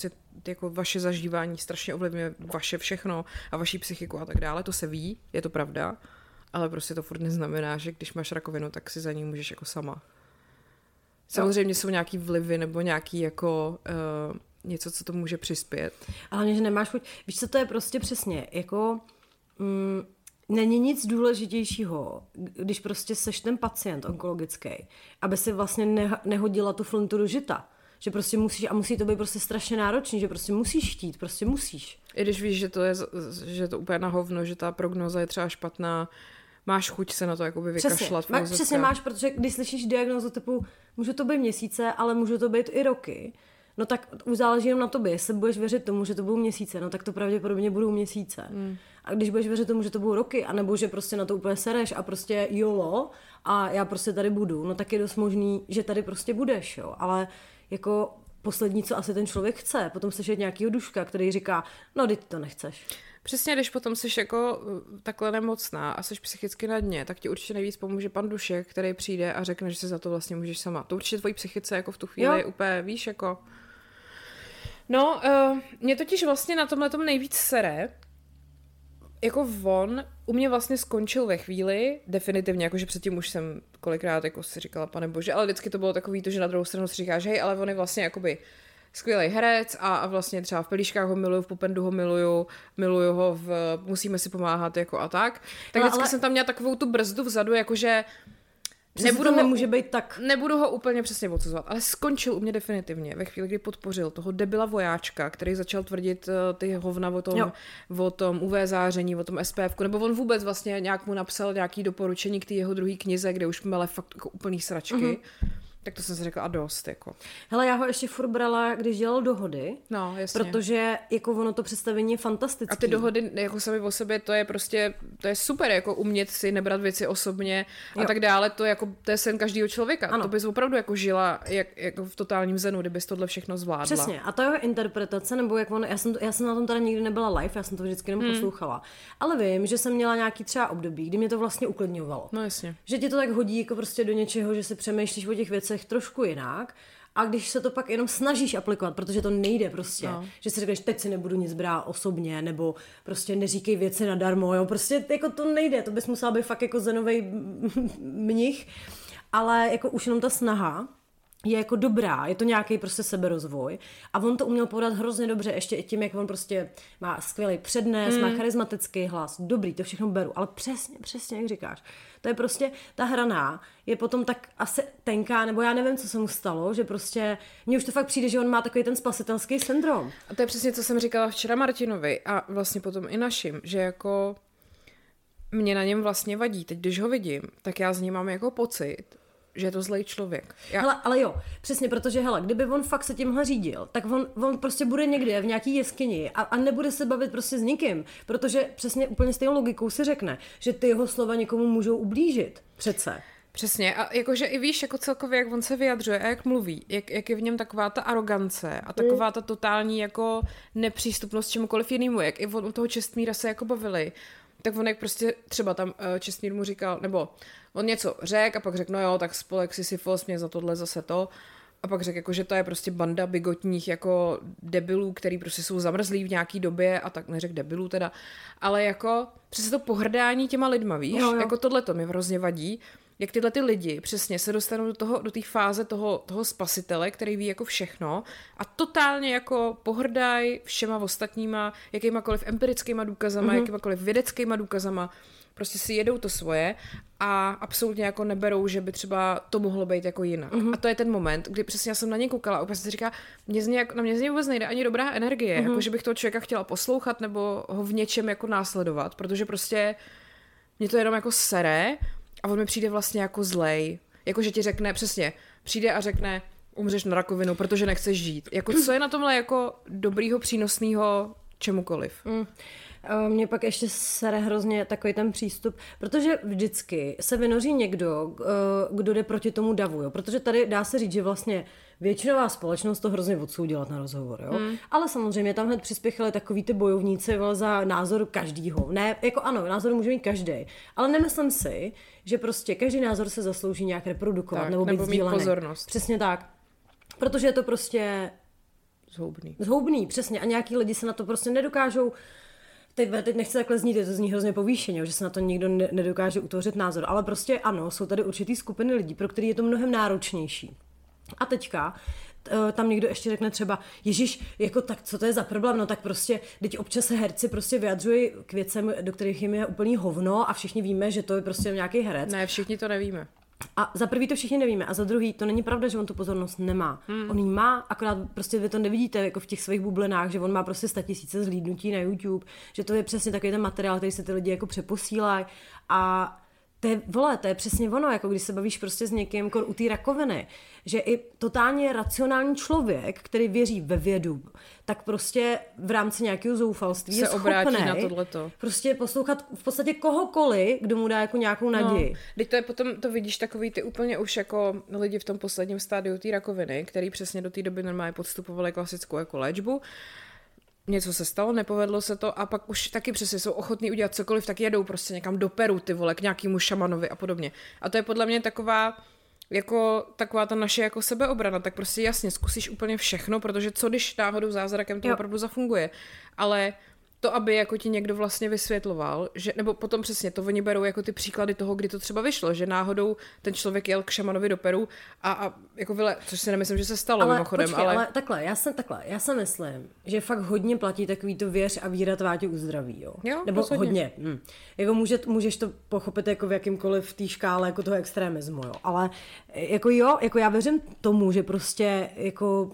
jako vaše zažívání strašně ovlivňuje vaše všechno a vaši psychiku a tak dále, to se ví, je to pravda, ale prostě to furt neznamená, že když máš rakovinu, tak si za ní můžeš jako sama. Samozřejmě jsou nějaký vlivy nebo nějaký jako něco, co to může přispět.
Ale že nemáš chuť. Víš, co to je prostě přesně, jako není nic důležitějšího, když prostě seš ten pacient onkologický, aby si vlastně nehodila tu flintu do žita. Že prostě musíš, a musí to být prostě strašně náročný, že prostě musíš chtít, prostě musíš.
I když víš, že to úplně na hovno, že ta prognóza je třeba špatná, máš chuť se na to jakoby vykašlat.
Přesně máš, protože když slyšíš diagnózu typu, může to být měsíce, ale může to být i roky, no tak už záleží jenom na tobě. Jestli budeš věřit tomu, že to budou měsíce, no tak to pravděpodobně budou měsíce. A když budeš věřit tomu, že to budou roky, anebo že prostě na to úplně sereš a prostě jolo a já prostě tady budu, no tak je dost možný, že tady prostě budeš, jo. Ale jako poslední, co asi ten člověk chce, potom slyšet nějakýho duška, který říká, no ty to nechceš.
Přesně, když potom jsi jako takhle nemocná a jsi psychicky na dně, tak ti určitě nejvíc pomůže pan Dušek, který přijde a řekne, že si za to vlastně můžeš sama. To určitě tvojí psychice jako v tu chvíli úplně, víš, jako... No, mě totiž vlastně na tomhletom nejvíc sere, jako u mě vlastně skončil ve chvíli, definitivně, jakože předtím už jsem kolikrát jako si říkala, pane bože, ale vždycky to bylo takový to, že na druhou stranu si říkáš, hej, ale on je vlastně jakoby skvělý herec a vlastně třeba v Pelíškách ho miluju, v Popendu ho miluju ho Musíme si pomáhat jako a tak. Tak no, vždycky jsem tam měla takovou tu brzdu vzadu, jakože nebudu ho úplně přesně odsuzovat, ale skončil u mě definitivně ve chvíli, kdy podpořil toho debila vojáčka, který začal tvrdit ty hovna o tom UV záření, o tom SPF, nebo on vůbec vlastně nějak mu napsal nějaký doporučení k té jeho druhé knize, kde už mele fakt jako úplný sračky. Tak to jsem si řekla a dost, jako.
Hele, já ho ještě furt brala, když dělal dohody.
No, jasně.
Protože jako ono to představení je fantastické.
A ty dohody jako sami o sobě, to je prostě, to je super, jako umět si nebrat věci osobně a tak dále, to je sen každého člověka. Ano. To bys opravdu jako žila jako v totálním zenu, kdybys tohle všechno zvládla.
Přesně. A ta jeho interpretace, nebo jak on, já jsem na tom teda nikdy nebyla live, já jsem to vždycky jenom poslouchala. Ale vím, že jsem měla nějaký třeba období, kdy mě to vlastně uklidňovalo.
No jasně.
Že ti to tak hodí jako prostě do něčeho, že si přemýšlíš o těch věcech trošku jinak a když se to pak jenom snažíš aplikovat, protože to nejde prostě, že si řekneš, teď si nebudu nic brát osobně, nebo prostě neříkej věci nadarmo, jo, prostě jako to nejde, to bys musela být fakt jako zenovej mnich, ale jako už jenom ta snaha je jako dobrá, je to nějaký prostě seberozvoj a on to uměl podat hrozně dobře, ještě i tím, jak on prostě má skvělý přednes, má charismatický hlas, dobrý, to všechno beru, ale přesně jak říkáš, to je prostě, ta hraná je potom tak asi tenká, nebo já nevím, co se mu stalo, že prostě, mně už to fakt přijde, že on má takový ten spasitelský syndrom.
A to je přesně, co jsem říkala včera Martinovi a vlastně potom i našim, že jako mě na něm vlastně vadí, teď když ho vidím, tak já z něj mám jako pocit, že je to zlej člověk.
Hele, ale jo, přesně, protože hele, kdyby on fakt se tímhle řídil, tak on prostě bude někde v nějaký jeskyni a nebude se bavit prostě s nikým, protože přesně úplně stejnou logikou si řekne, že ty jeho slova někomu můžou ublížit. Přece.
Přesně. A jakože i víš, jako celkově, jak on se vyjadřuje a jak mluví, jak je v něm taková ta arogance a taková ta totální jako nepřístupnost čemukoliv jinému, jak i od toho Čestmíra se jako bavili. Tak on jak prostě třeba tam Čestmír mu říkal, nebo on něco řekl a pak řekl, no jo, tak spolek Sisyfos mě za tohle zase to. A pak řekl, jako, že to je prostě banda bigotních jako debilů, který prostě jsou zamrzlí v nějaký době a tak neřekl debilů teda, ale jako přesně to pohrdání těma lidma, víš,
jo.
Jako tohleto mi hrozně vadí, jak tyhle ty lidi přesně se dostanou do té fáze toho spasitele, který ví jako všechno a totálně jako pohrdají všema ostatníma, jakýmakoliv empirickýma důkazama, jakýmakoliv vědeckýma důkazama, prostě si jedou to svoje a absolutně jako neberou, že by třeba to mohlo být jako jinak. A to je ten moment, kdy přesně já jsem na něj koukala a úplně si říká, na mě z něj vůbec nejde ani dobrá energie, jako že bych toho člověka chtěla poslouchat nebo ho v něčem jako následovat, protože prostě mě to jenom jako sere a on mi přijde vlastně jako zlej. Jako, že ti řekne, přesně, přijde a řekne, umřeš na rakovinu, protože nechceš žít. Jako, co je na tomhle jako dobrýho, přínosného čemukoliv?
Mně pak ještě sere hrozně takový ten přístup, protože vždycky se vynoří někdo, kdo jde proti tomu davu, jo? Protože tady dá se říct, že vlastně většinová společnost to hrozně odsoudila na rozhovor, jo? Ale samozřejmě tam hned přispěchali takový ty bojovníci za názor každýho. Ne, jako ano, názor může mít každý, ale nemyslím si, že prostě každý názor se zaslouží nějak reprodukovat
tak,
nebo být
mít
sdílený.
Pozornost.
Přesně tak. Protože je to prostě Zhoubný, přesně. A nějaký lidi se na to prostě nedokážou. Teď nechci takhle znít, to zní hrozně povýšeně, že se na to nikdo nedokáže utvořit názor. Ale prostě ano, jsou tady určitý skupiny lidí, pro který je to mnohem náročnější. A teďka tam někdo ještě řekne třeba, Ježíš, jako tak co to je za problém, no tak prostě, teď občas se herci prostě vyjadřují k věcem, do kterých jim je úplný hovno a všichni víme, že to je prostě nějaký herec.
Ne, všichni to nevíme.
A za prvý to všichni nevíme a za druhý to není pravda, že on tu pozornost nemá. On ji má, akorát prostě vy to nevidíte jako v těch svých bublinách, že on má prostě 100 000 zhlídnutí na YouTube, že to je přesně takový ten materiál, který se ty lidi jako přeposílají a to je přesně ono, jako když se bavíš prostě s někým jako u té rakoviny, že i totálně racionální člověk, který věří ve vědu, tak prostě v rámci nějakého zoufalství je schopný
na tohleto.
Prostě poslouchat v podstatě kohokoliv, kdo mu dá jako nějakou naději.
No, teď to je potom, to vidíš takový ty úplně už jako lidi v tom posledním stádiu té rakoviny, který přesně do té doby normálně podstupovali klasickou jako léčbu. Něco se stalo, nepovedlo se to a pak už taky přesně jsou ochotní udělat cokoliv, tak jedou prostě někam do Peru, ty vole, k nějakému šamanovi a podobně. A to je podle mě taková ta naše jako sebeobrana, tak prostě jasně, zkusíš úplně všechno, protože co když náhodou zázrakem to opravdu zafunguje. Ale to, aby jako ti někdo vlastně vysvětloval, že, nebo potom přesně to oni berou jako ty příklady toho, kdy to třeba vyšlo, že náhodou ten člověk jel k šamanovi do Peru a jako což si nemyslím, že se stalo mimochodem.
Počkej, ale já si myslím, že fakt hodně platí takový to věř a víra tvá tě uzdraví, jo? Nebo hodně. Jako můžeš to pochopit jako v jakýmkoliv té škále jako toho extremismu, jo? Ale jako já věřím tomu, že prostě jako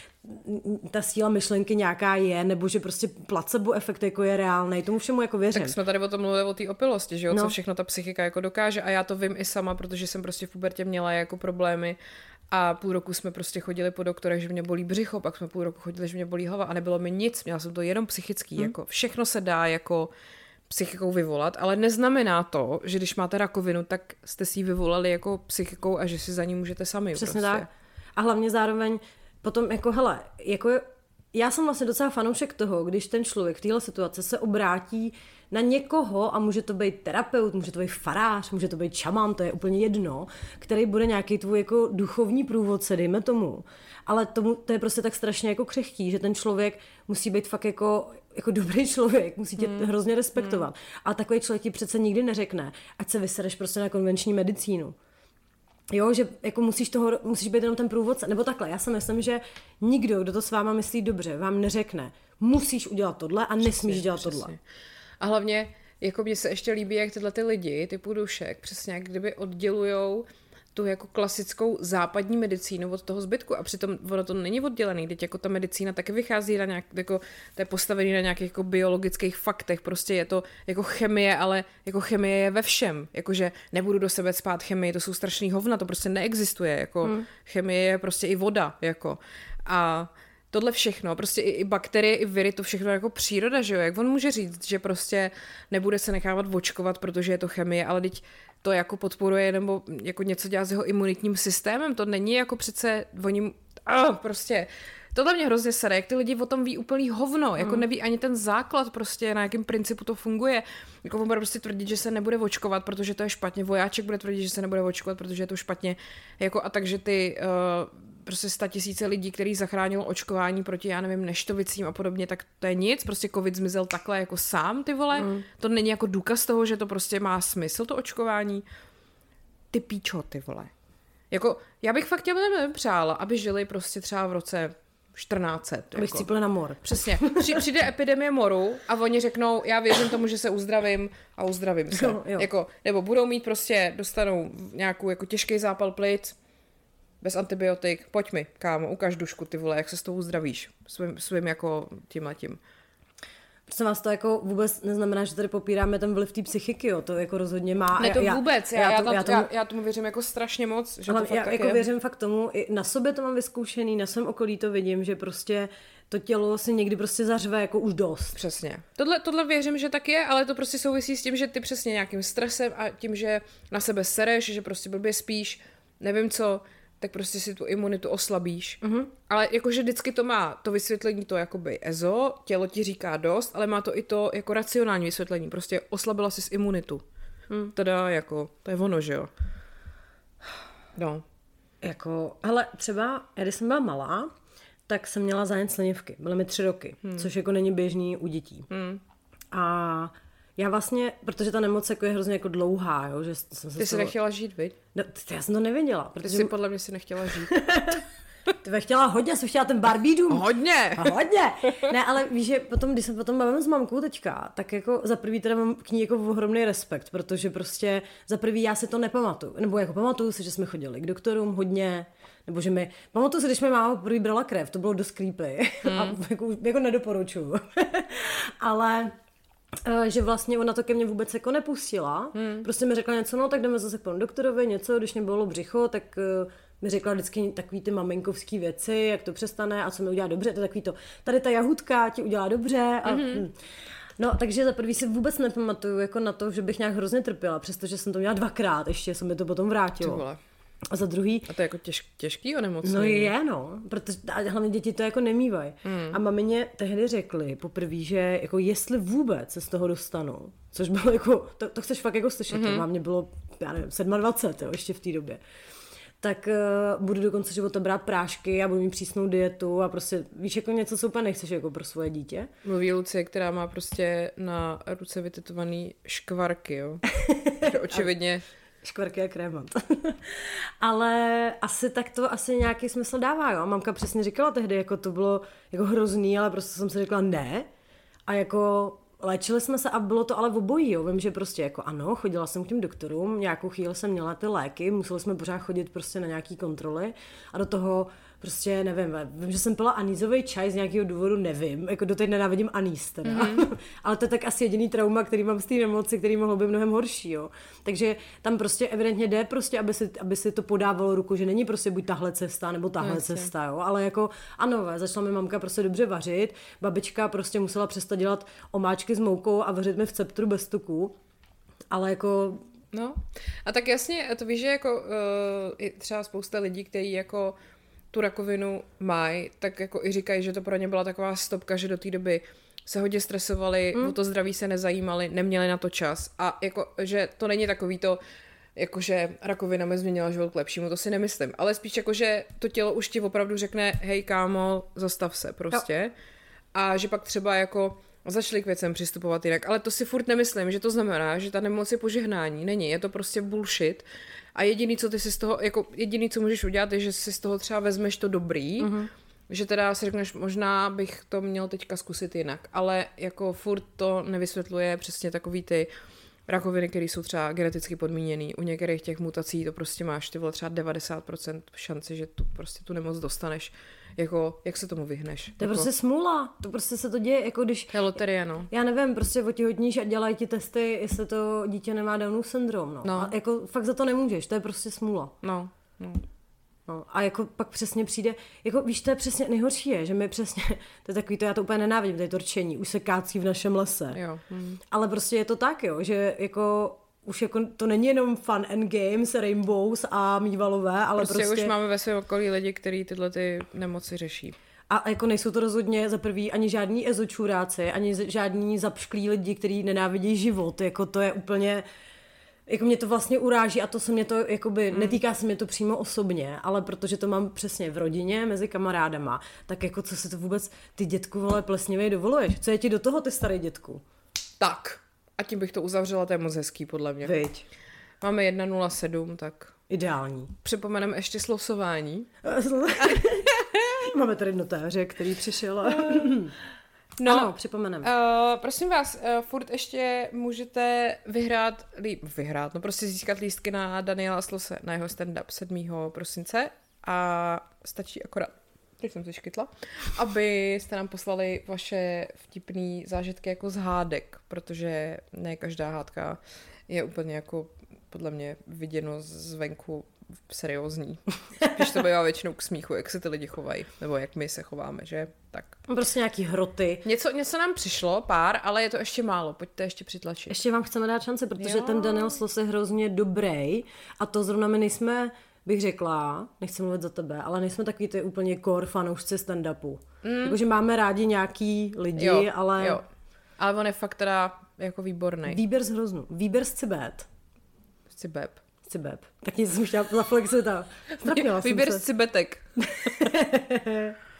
ta síla myšlenky nějaká je, nebo že prostě placebo efekt jako je reálnej, tomu všemu jako věřím.
Tak jsme tady o tom mluvili o té opilosti, že jo, co všechno ta psychika jako dokáže a já to vím i sama, protože jsem prostě v pubertě měla jako problémy a půl roku jsme prostě chodili po doktorech, že mě bolí břicho, pak jsme půl roku chodili, že mě bolí hlava a nebylo mi nic, měla jsem to jenom psychický, jako všechno se dá jako psychikou vyvolat, ale neznamená to, že když máte rakovinu, tak jste si ji vyvolali jako psychikou a že si za ní můžete sami.
Přesně prostě. Tak. A hlavně zároveň potom jako hele, jako já jsem vlastně docela fanoušek toho, když ten člověk v téhle situaci se obrátí na někoho a může to být terapeut, může to být farář, může to být šaman, to je úplně jedno, který bude nějaký tvůj jako duchovní průvodce, dejme tomu. Ale to je prostě tak strašně jako křehký, že ten člověk musí být fakt jako dobrý člověk, musí tě hrozně respektovat. A takový člověk ti přece nikdy neřekne, ať se vysereš prostě na konvenční medicínu. Jo, že jako musíš být jenom ten průvodce, nebo takhle, já si myslím, že nikdo, kdo to s váma myslí dobře, vám neřekne, musíš udělat tohle a nesmíš dělat tohle.
A hlavně, jako mně se ještě líbí, jak tyhle ty lidi, typu Dušek, přesně jak kdyby oddělujou tu jako klasickou západní medicínu od toho zbytku a přitom ono to není oddělený, teď jako ta medicína taky vychází na nějak, jako to je postavený na nějakých jako biologických faktech, prostě je to jako chemie, ale jako chemie je ve všem, jakože nebudu do sebe spát chemii, to jsou strašný hovna, to prostě neexistuje, jako chemie je prostě i voda, jako a tohle všechno, prostě i bakterie, i viry, to všechno jako příroda, že jo, jak on může říct, že prostě nebude se nechávat očkovat, protože je to chemie, ale teď to jako podporuje nebo jako něco dělá s jeho imunitním systémem, to není jako přece prostě tohle mě hrozně sere, jak ty lidi o tom ví úplný hovno, jako neví ani ten základ prostě, na jakém principu to funguje, jako on bude prostě tvrdit, že se nebude očkovat, protože to je špatně, vojáček bude tvrdit, že se nebude očkovat, protože je to špatně, jako a takže ty prostě 100 000 lidí, který zachránilo očkování proti, já nevím, neštovicím a podobně, tak to je nic, prostě covid zmizel takhle jako sám, ty vole, to není jako důkaz toho, že to prostě má smysl, to očkování. Ty píčo, ty vole. Jako, já bych fakt přála, aby žili prostě třeba v roce 1400.
Abych
jako.
cípli na mor.
Přesně. Přijde epidemie moru a oni řeknou, já věřím tomu, že se uzdravím a uzdravím se.
Jo.
Jako, nebo budou mít prostě, dostanou nějakou jako těžký zápal plic, bez antibiotik, pojď mi, kámo, ukaž Dušku, ty vole, jak se s tou uzdravíš, svým jako tímhletím.
Prostě vás to jako vůbec neznamená, že tady popíráme ten vliv té psychiky, jo, to jako rozhodně má.
Ne, to vůbec, já tomu věřím jako strašně moc, že to fakt
já jako
je.
věřím fakt tomu, i na sobě to mám vyzkoušený, na svém okolí to vidím, že prostě to tělo si někdy prostě zařve jako už dost.
Přesně. Tohle věřím, že tak je, ale to prostě souvisí s tím, že ty přesně nějakým stresem a tím, že na sebe sereš, že prostě blbě spíš, nevím co, tak prostě si tu imunitu oslabíš. Ale jakože vždycky to má to vysvětlení, to jakoby EZO, tělo ti říká dost, ale má to i to jako racionální vysvětlení. Prostě oslabila jsi imunitu. Teda jako, to je ono, že jo. No.
Jako, hele, třeba, když jsem byla malá, tak jsem měla zánět slinivky. Byly mi 3 roky, což jako není běžný u dětí. A já vlastně, protože ta nemoc jako je hrozně jako dlouhá, jo, že jsem se
Ty jsi nechtěla žít, viď?
No, já jsem to nevěděla.
Ty
Protože
jsi podle mě si nechtěla žít.
Ty bych chtěla hodně, jsem chtěla ten Barbie dům.
Hodně!
A hodně! Ne, ale víš, že potom, když jsem potom bavím s mamkou teďka, tak jako za prvý teda mám k ní jako ohromný respekt, protože prostě za prvý já si to nepamatuju. Nebo jako pamatuju si, že jsme chodili k doktorům hodně, nebo že pamatuju si, když mi máma poprvé brala krev, to bylo dost creepy. A jako nedoporučuju. Ale že vlastně ona to ke mně vůbec jako nepustila. Prostě mi řekla něco, no tak jdeme zase k panu doktorovi, něco, když mě bylo břicho, tak mi řekla vždycky takový ty maminkovský věci, jak to přestane a co mi udělá dobře, to takový to, tady ta jahůdka ti udělá dobře a No, takže za prvý si vůbec nepamatuju jako na to, že bych nějak hrozně trpěla, přestože jsem to měla 2krát, ještě se mi to potom vrátilo. A za druhý...
A to je jako těžký onemocnění.
No je, no, protože hlavně děti to jako nemývají. A mamině tehdy řekli poprvé, že jako jestli vůbec se z toho dostanu, což bylo jako, to chceš fakt jako slyšet, mámě bylo, já nevím, 27, jo, ještě v té době. Tak budu do konce života brát prášky a budu mít přísnou dietu a prostě víš, jako něco, co úplně nechceš jako pro svoje dítě.
Mluví Lucie, která má prostě na ruce vytetovaný škvarky, jo. Očividně.
Škvarky a krémant. Ale asi nějaký smysl dává, jo. Mamka přesně říkala tehdy, jako to bylo jako hrozný, ale prostě jsem si řekla ne. A jako léčili jsme se a bylo to ale obojí, jo. Vím, že prostě jako ano, chodila jsem k těm doktorům, nějakou chvíli jsem měla ty léky, museli jsme pořád chodit prostě na nějaký kontroly a do toho prostě nevím, vím, že jsem pila anízový čaj z nějakého důvodu, nevím, jako doteď nenávidím anýz teda, ale to je tak asi jediný trauma, který mám z té nemoci, který mohlo být mnohem horší, jo. Takže tam prostě evidentně jde prostě, aby si to podávalo ruku, že není prostě buď tahle cesta nebo tahle cesta, jo, ale jako ano, začala mi mamka prostě dobře vařit, babička prostě musela přestat dělat omáčky s moukou a vařit mi v ceptru bez tuku, ale jako...
No, a tak jasně, to víš, že jako třeba spousta lidí, kteří jako tu rakovinu mají, tak jako i říkají, že to pro ně byla taková stopka, že do té doby se hodně stresovali, o to zdraví se nezajímali, neměli na to čas a jako, že to není takový to, jakože rakovina mi změnila život k lepšímu, to si nemyslím, ale spíš jako, že to tělo už ti opravdu řekne, hej kámo, zastav se prostě. Jo. A že pak třeba jako začali k věcem přistupovat jinak, ale to si furt nemyslím, že to znamená, že ta nemoc je požehnání, není, je to prostě bullshit a jediný, co ty si z toho, jako jediný, co můžeš udělat, je, že si z toho třeba vezmeš to dobrý, že teda si řekneš, možná bych to měl teďka zkusit jinak, ale jako furt to nevysvětluje přesně takový ty rakoviny, které jsou třeba geneticky podmíněný. U některých těch mutací to prostě máš, ty vole, třeba 90% šanci, že tu nemoc dostaneš. Jako, jak se tomu vyhneš?
To je prostě smůla. To prostě se to děje, jako když...
To je loterie, no.
Já nevím, prostě otěhotníš a dělají ti testy, jestli to dítě nemá Downův syndrom, no. A jako fakt za to nemůžeš, to je prostě smůla.
No.
A jako pak přesně přijde, jako víš, to je přesně nejhorší je, že my přesně, to je takový to, já to úplně nenávidím, to je to rčení, už se kácí v našem lese.
Jo.
Ale prostě je to tak, jo, že jako už jako to není jenom fun and games, rainbows a mývalové, ale prostě
už máme ve svém okolí lidi, kteří tyhle ty nemoci řeší.
A jako nejsou to rozhodně za prvý ani žádní ezočůráci, ani žádní zapšklí lidi, kteří nenávidí život, jako to je úplně... Jako mě to vlastně uráží a to se mě to, jakoby, netýká se mě to přímo osobně, ale protože to mám přesně v rodině, mezi kamarádama, tak jako co se to vůbec, ty dětku, vole, plesnivej dovoluješ? Co je ti do toho, ty starý dětku?
Tak, a tím bych to uzavřela, to je moc hezký, podle mě.
Viď.
Máme 1.07, tak...
Ideální.
Připomeneme ještě slosování.
Máme tady notáře, který přišel.
No,
ano, připomeneme.
Prosím vás, furt ještě můžete vyhrát, no prostě získat lístky na Daniela Slose, na jeho stand-up 7. prosince a stačí akorát, teď jsem se škytla, abyste nám poslali vaše vtipný zážitky jako z hádek, protože ne každá hádka je úplně jako podle mě viděno zvenku seriózní. Spíš to bývá většinou k smíchu, jak se ty lidi chovají, nebo jak my se chováme, že? Tak.
Prostě nějaký hroty.
Něco nám přišlo, pár, ale je to ještě málo, pojďte ještě přitlačit. Ještě
vám chceme dát šanci, protože ten Daniel Sloss je hrozně dobrý a to zrovna my nejsme, bych řekla, nechci mluvit za tebe, ale nejsme takový ty úplně core fanoušci stand-upu. Jakože máme rádi nějaký lidi, ale...
Jo. Ale on je fakt teda jako výborný.
Výběr z hroznu. Výběr z Cibet.
Cibeb.
Tak nic jsem chtěla zaflexit a strapnila jsem se.
Výběr z cibetek.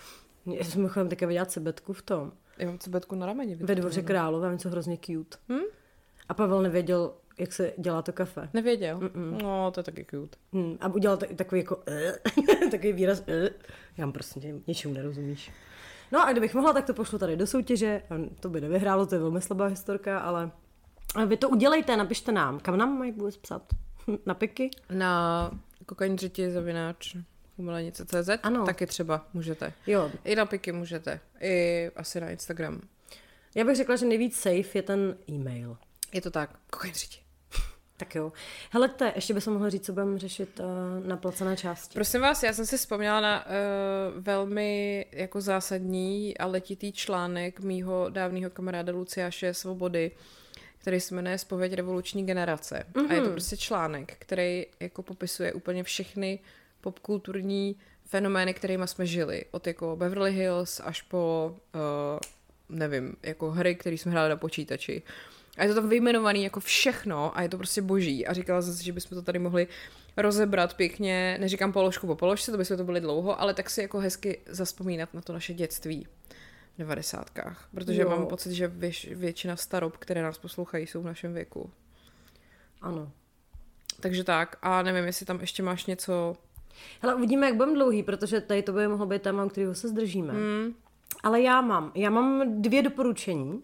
Já jsem mimochodem také viděla Cibetku v tom.
Já mám Cibetku na rameni.
Ve Dvoře Králové, něco hrozně cute. A Pavel nevěděl, jak se dělá to kafe.
Nevěděl? No, to je taky cute.
A udělal takový jako takový výraz já prostě něčemu nerozumíš. No a kdybych mohla, tak to pošlu tady do soutěže. To by nevyhrálo, to je velmi slabá historka, ale vy to udělejte, napište nám. Kam nám mají vůbec psát? Na piky?
Na kokaindřeti@umelenice.cz taky třeba můžete.
Jo.
I na piky můžete. I asi na Instagram.
Já bych řekla, že nejvíc safe je ten e-mail.
Je to tak. Kokaindřeti.
Tak jo. Helejte, ještě bychom mohli říct, co budeme řešit na placené části.
Prosím vás, já jsem si vzpomněla na velmi jako zásadní a letitý článek mýho dávného kamaráda Luciáše Svobody, který se jmenuje Zpověď revoluční generace. A je to prostě článek, který jako popisuje úplně všechny popkulturní fenomény, kterými jsme žili. Od jako Beverly Hills až po, nevím, jako hry, které jsme hráli na počítači. A je to tam vyjmenovaný jako všechno a je to prostě boží. A říkala jsem si, že bychom to tady mohli rozebrat pěkně, neříkám položku po položce, to bychom to byli dlouho, ale tak si jako hezky zazpomínat na to naše dětství v 90kách. Protože mám pocit, že většina starob, které nás poslouchají, jsou v našem věku.
Ano.
Takže tak. A nevím, jestli tam ještě máš něco...
Hele, uvidíme, jak budeme dlouhý, protože tady to by mohlo být téma, o kterého se zdržíme. Ale já mám 2 doporučení.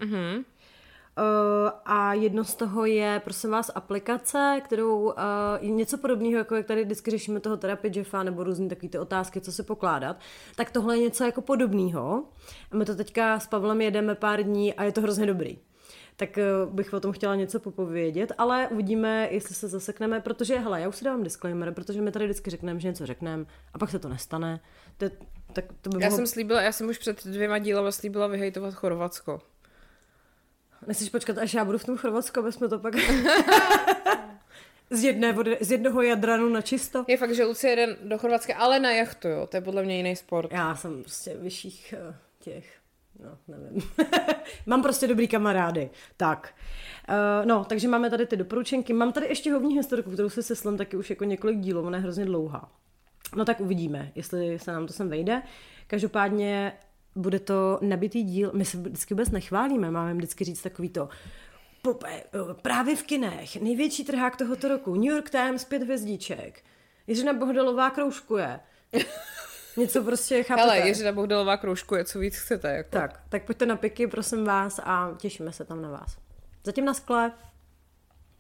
A jedno z toho je, prosím vás, aplikace, kterou něco podobného, jako jak tady vždycky řešíme toho Therapy Jeffa nebo různý takový ty otázky, co se pokládat, tak tohle je něco jako podobného. A my to teďka s Pavlem jedeme pár dní a je to hrozně dobrý. Tak bych o tom chtěla něco popovědět, ale uvidíme, jestli se zasekneme, protože, hele, já už si dávám disclaimer, protože my tady vždycky řekneme, že něco řekneme a pak se to nestane.
Já jsem už před 2 dílama slíbila vyhejtovat Chorvatsko.
Nechceš počkat, až já budu v tom Chorvatsku, aby jsme to pak z jednoho Jadranu na čisto.
Je fakt, že Lucie jede do Chorvatska, ale na jachtu, jo. To je podle mě jiný sport.
Já jsem prostě vyšších těch, no, nevím. Mám prostě dobrý kamarády. Tak. Takže máme tady ty doporučenky. Mám tady ještě hovní historku, kterou si seslem taky už jako několik dílů, ona je hrozně dlouhá. No tak uvidíme, jestli se nám to sem vejde. Každopádně bude to nabitý díl, my se vždycky vůbec nechválíme, máme vždycky říct takový to právě v kinech, největší trhák tohoto roku, New York Times 5 hvězdiček, Jiřina Bohdalová kroužkuje. Něco prostě, chápete?
Hele, Jiřina Bohdalová kroužkuje, co víc chcete. Jako.
Tak pojďte na piky, prosím vás, a těšíme se tam na vás. Zatím na skle.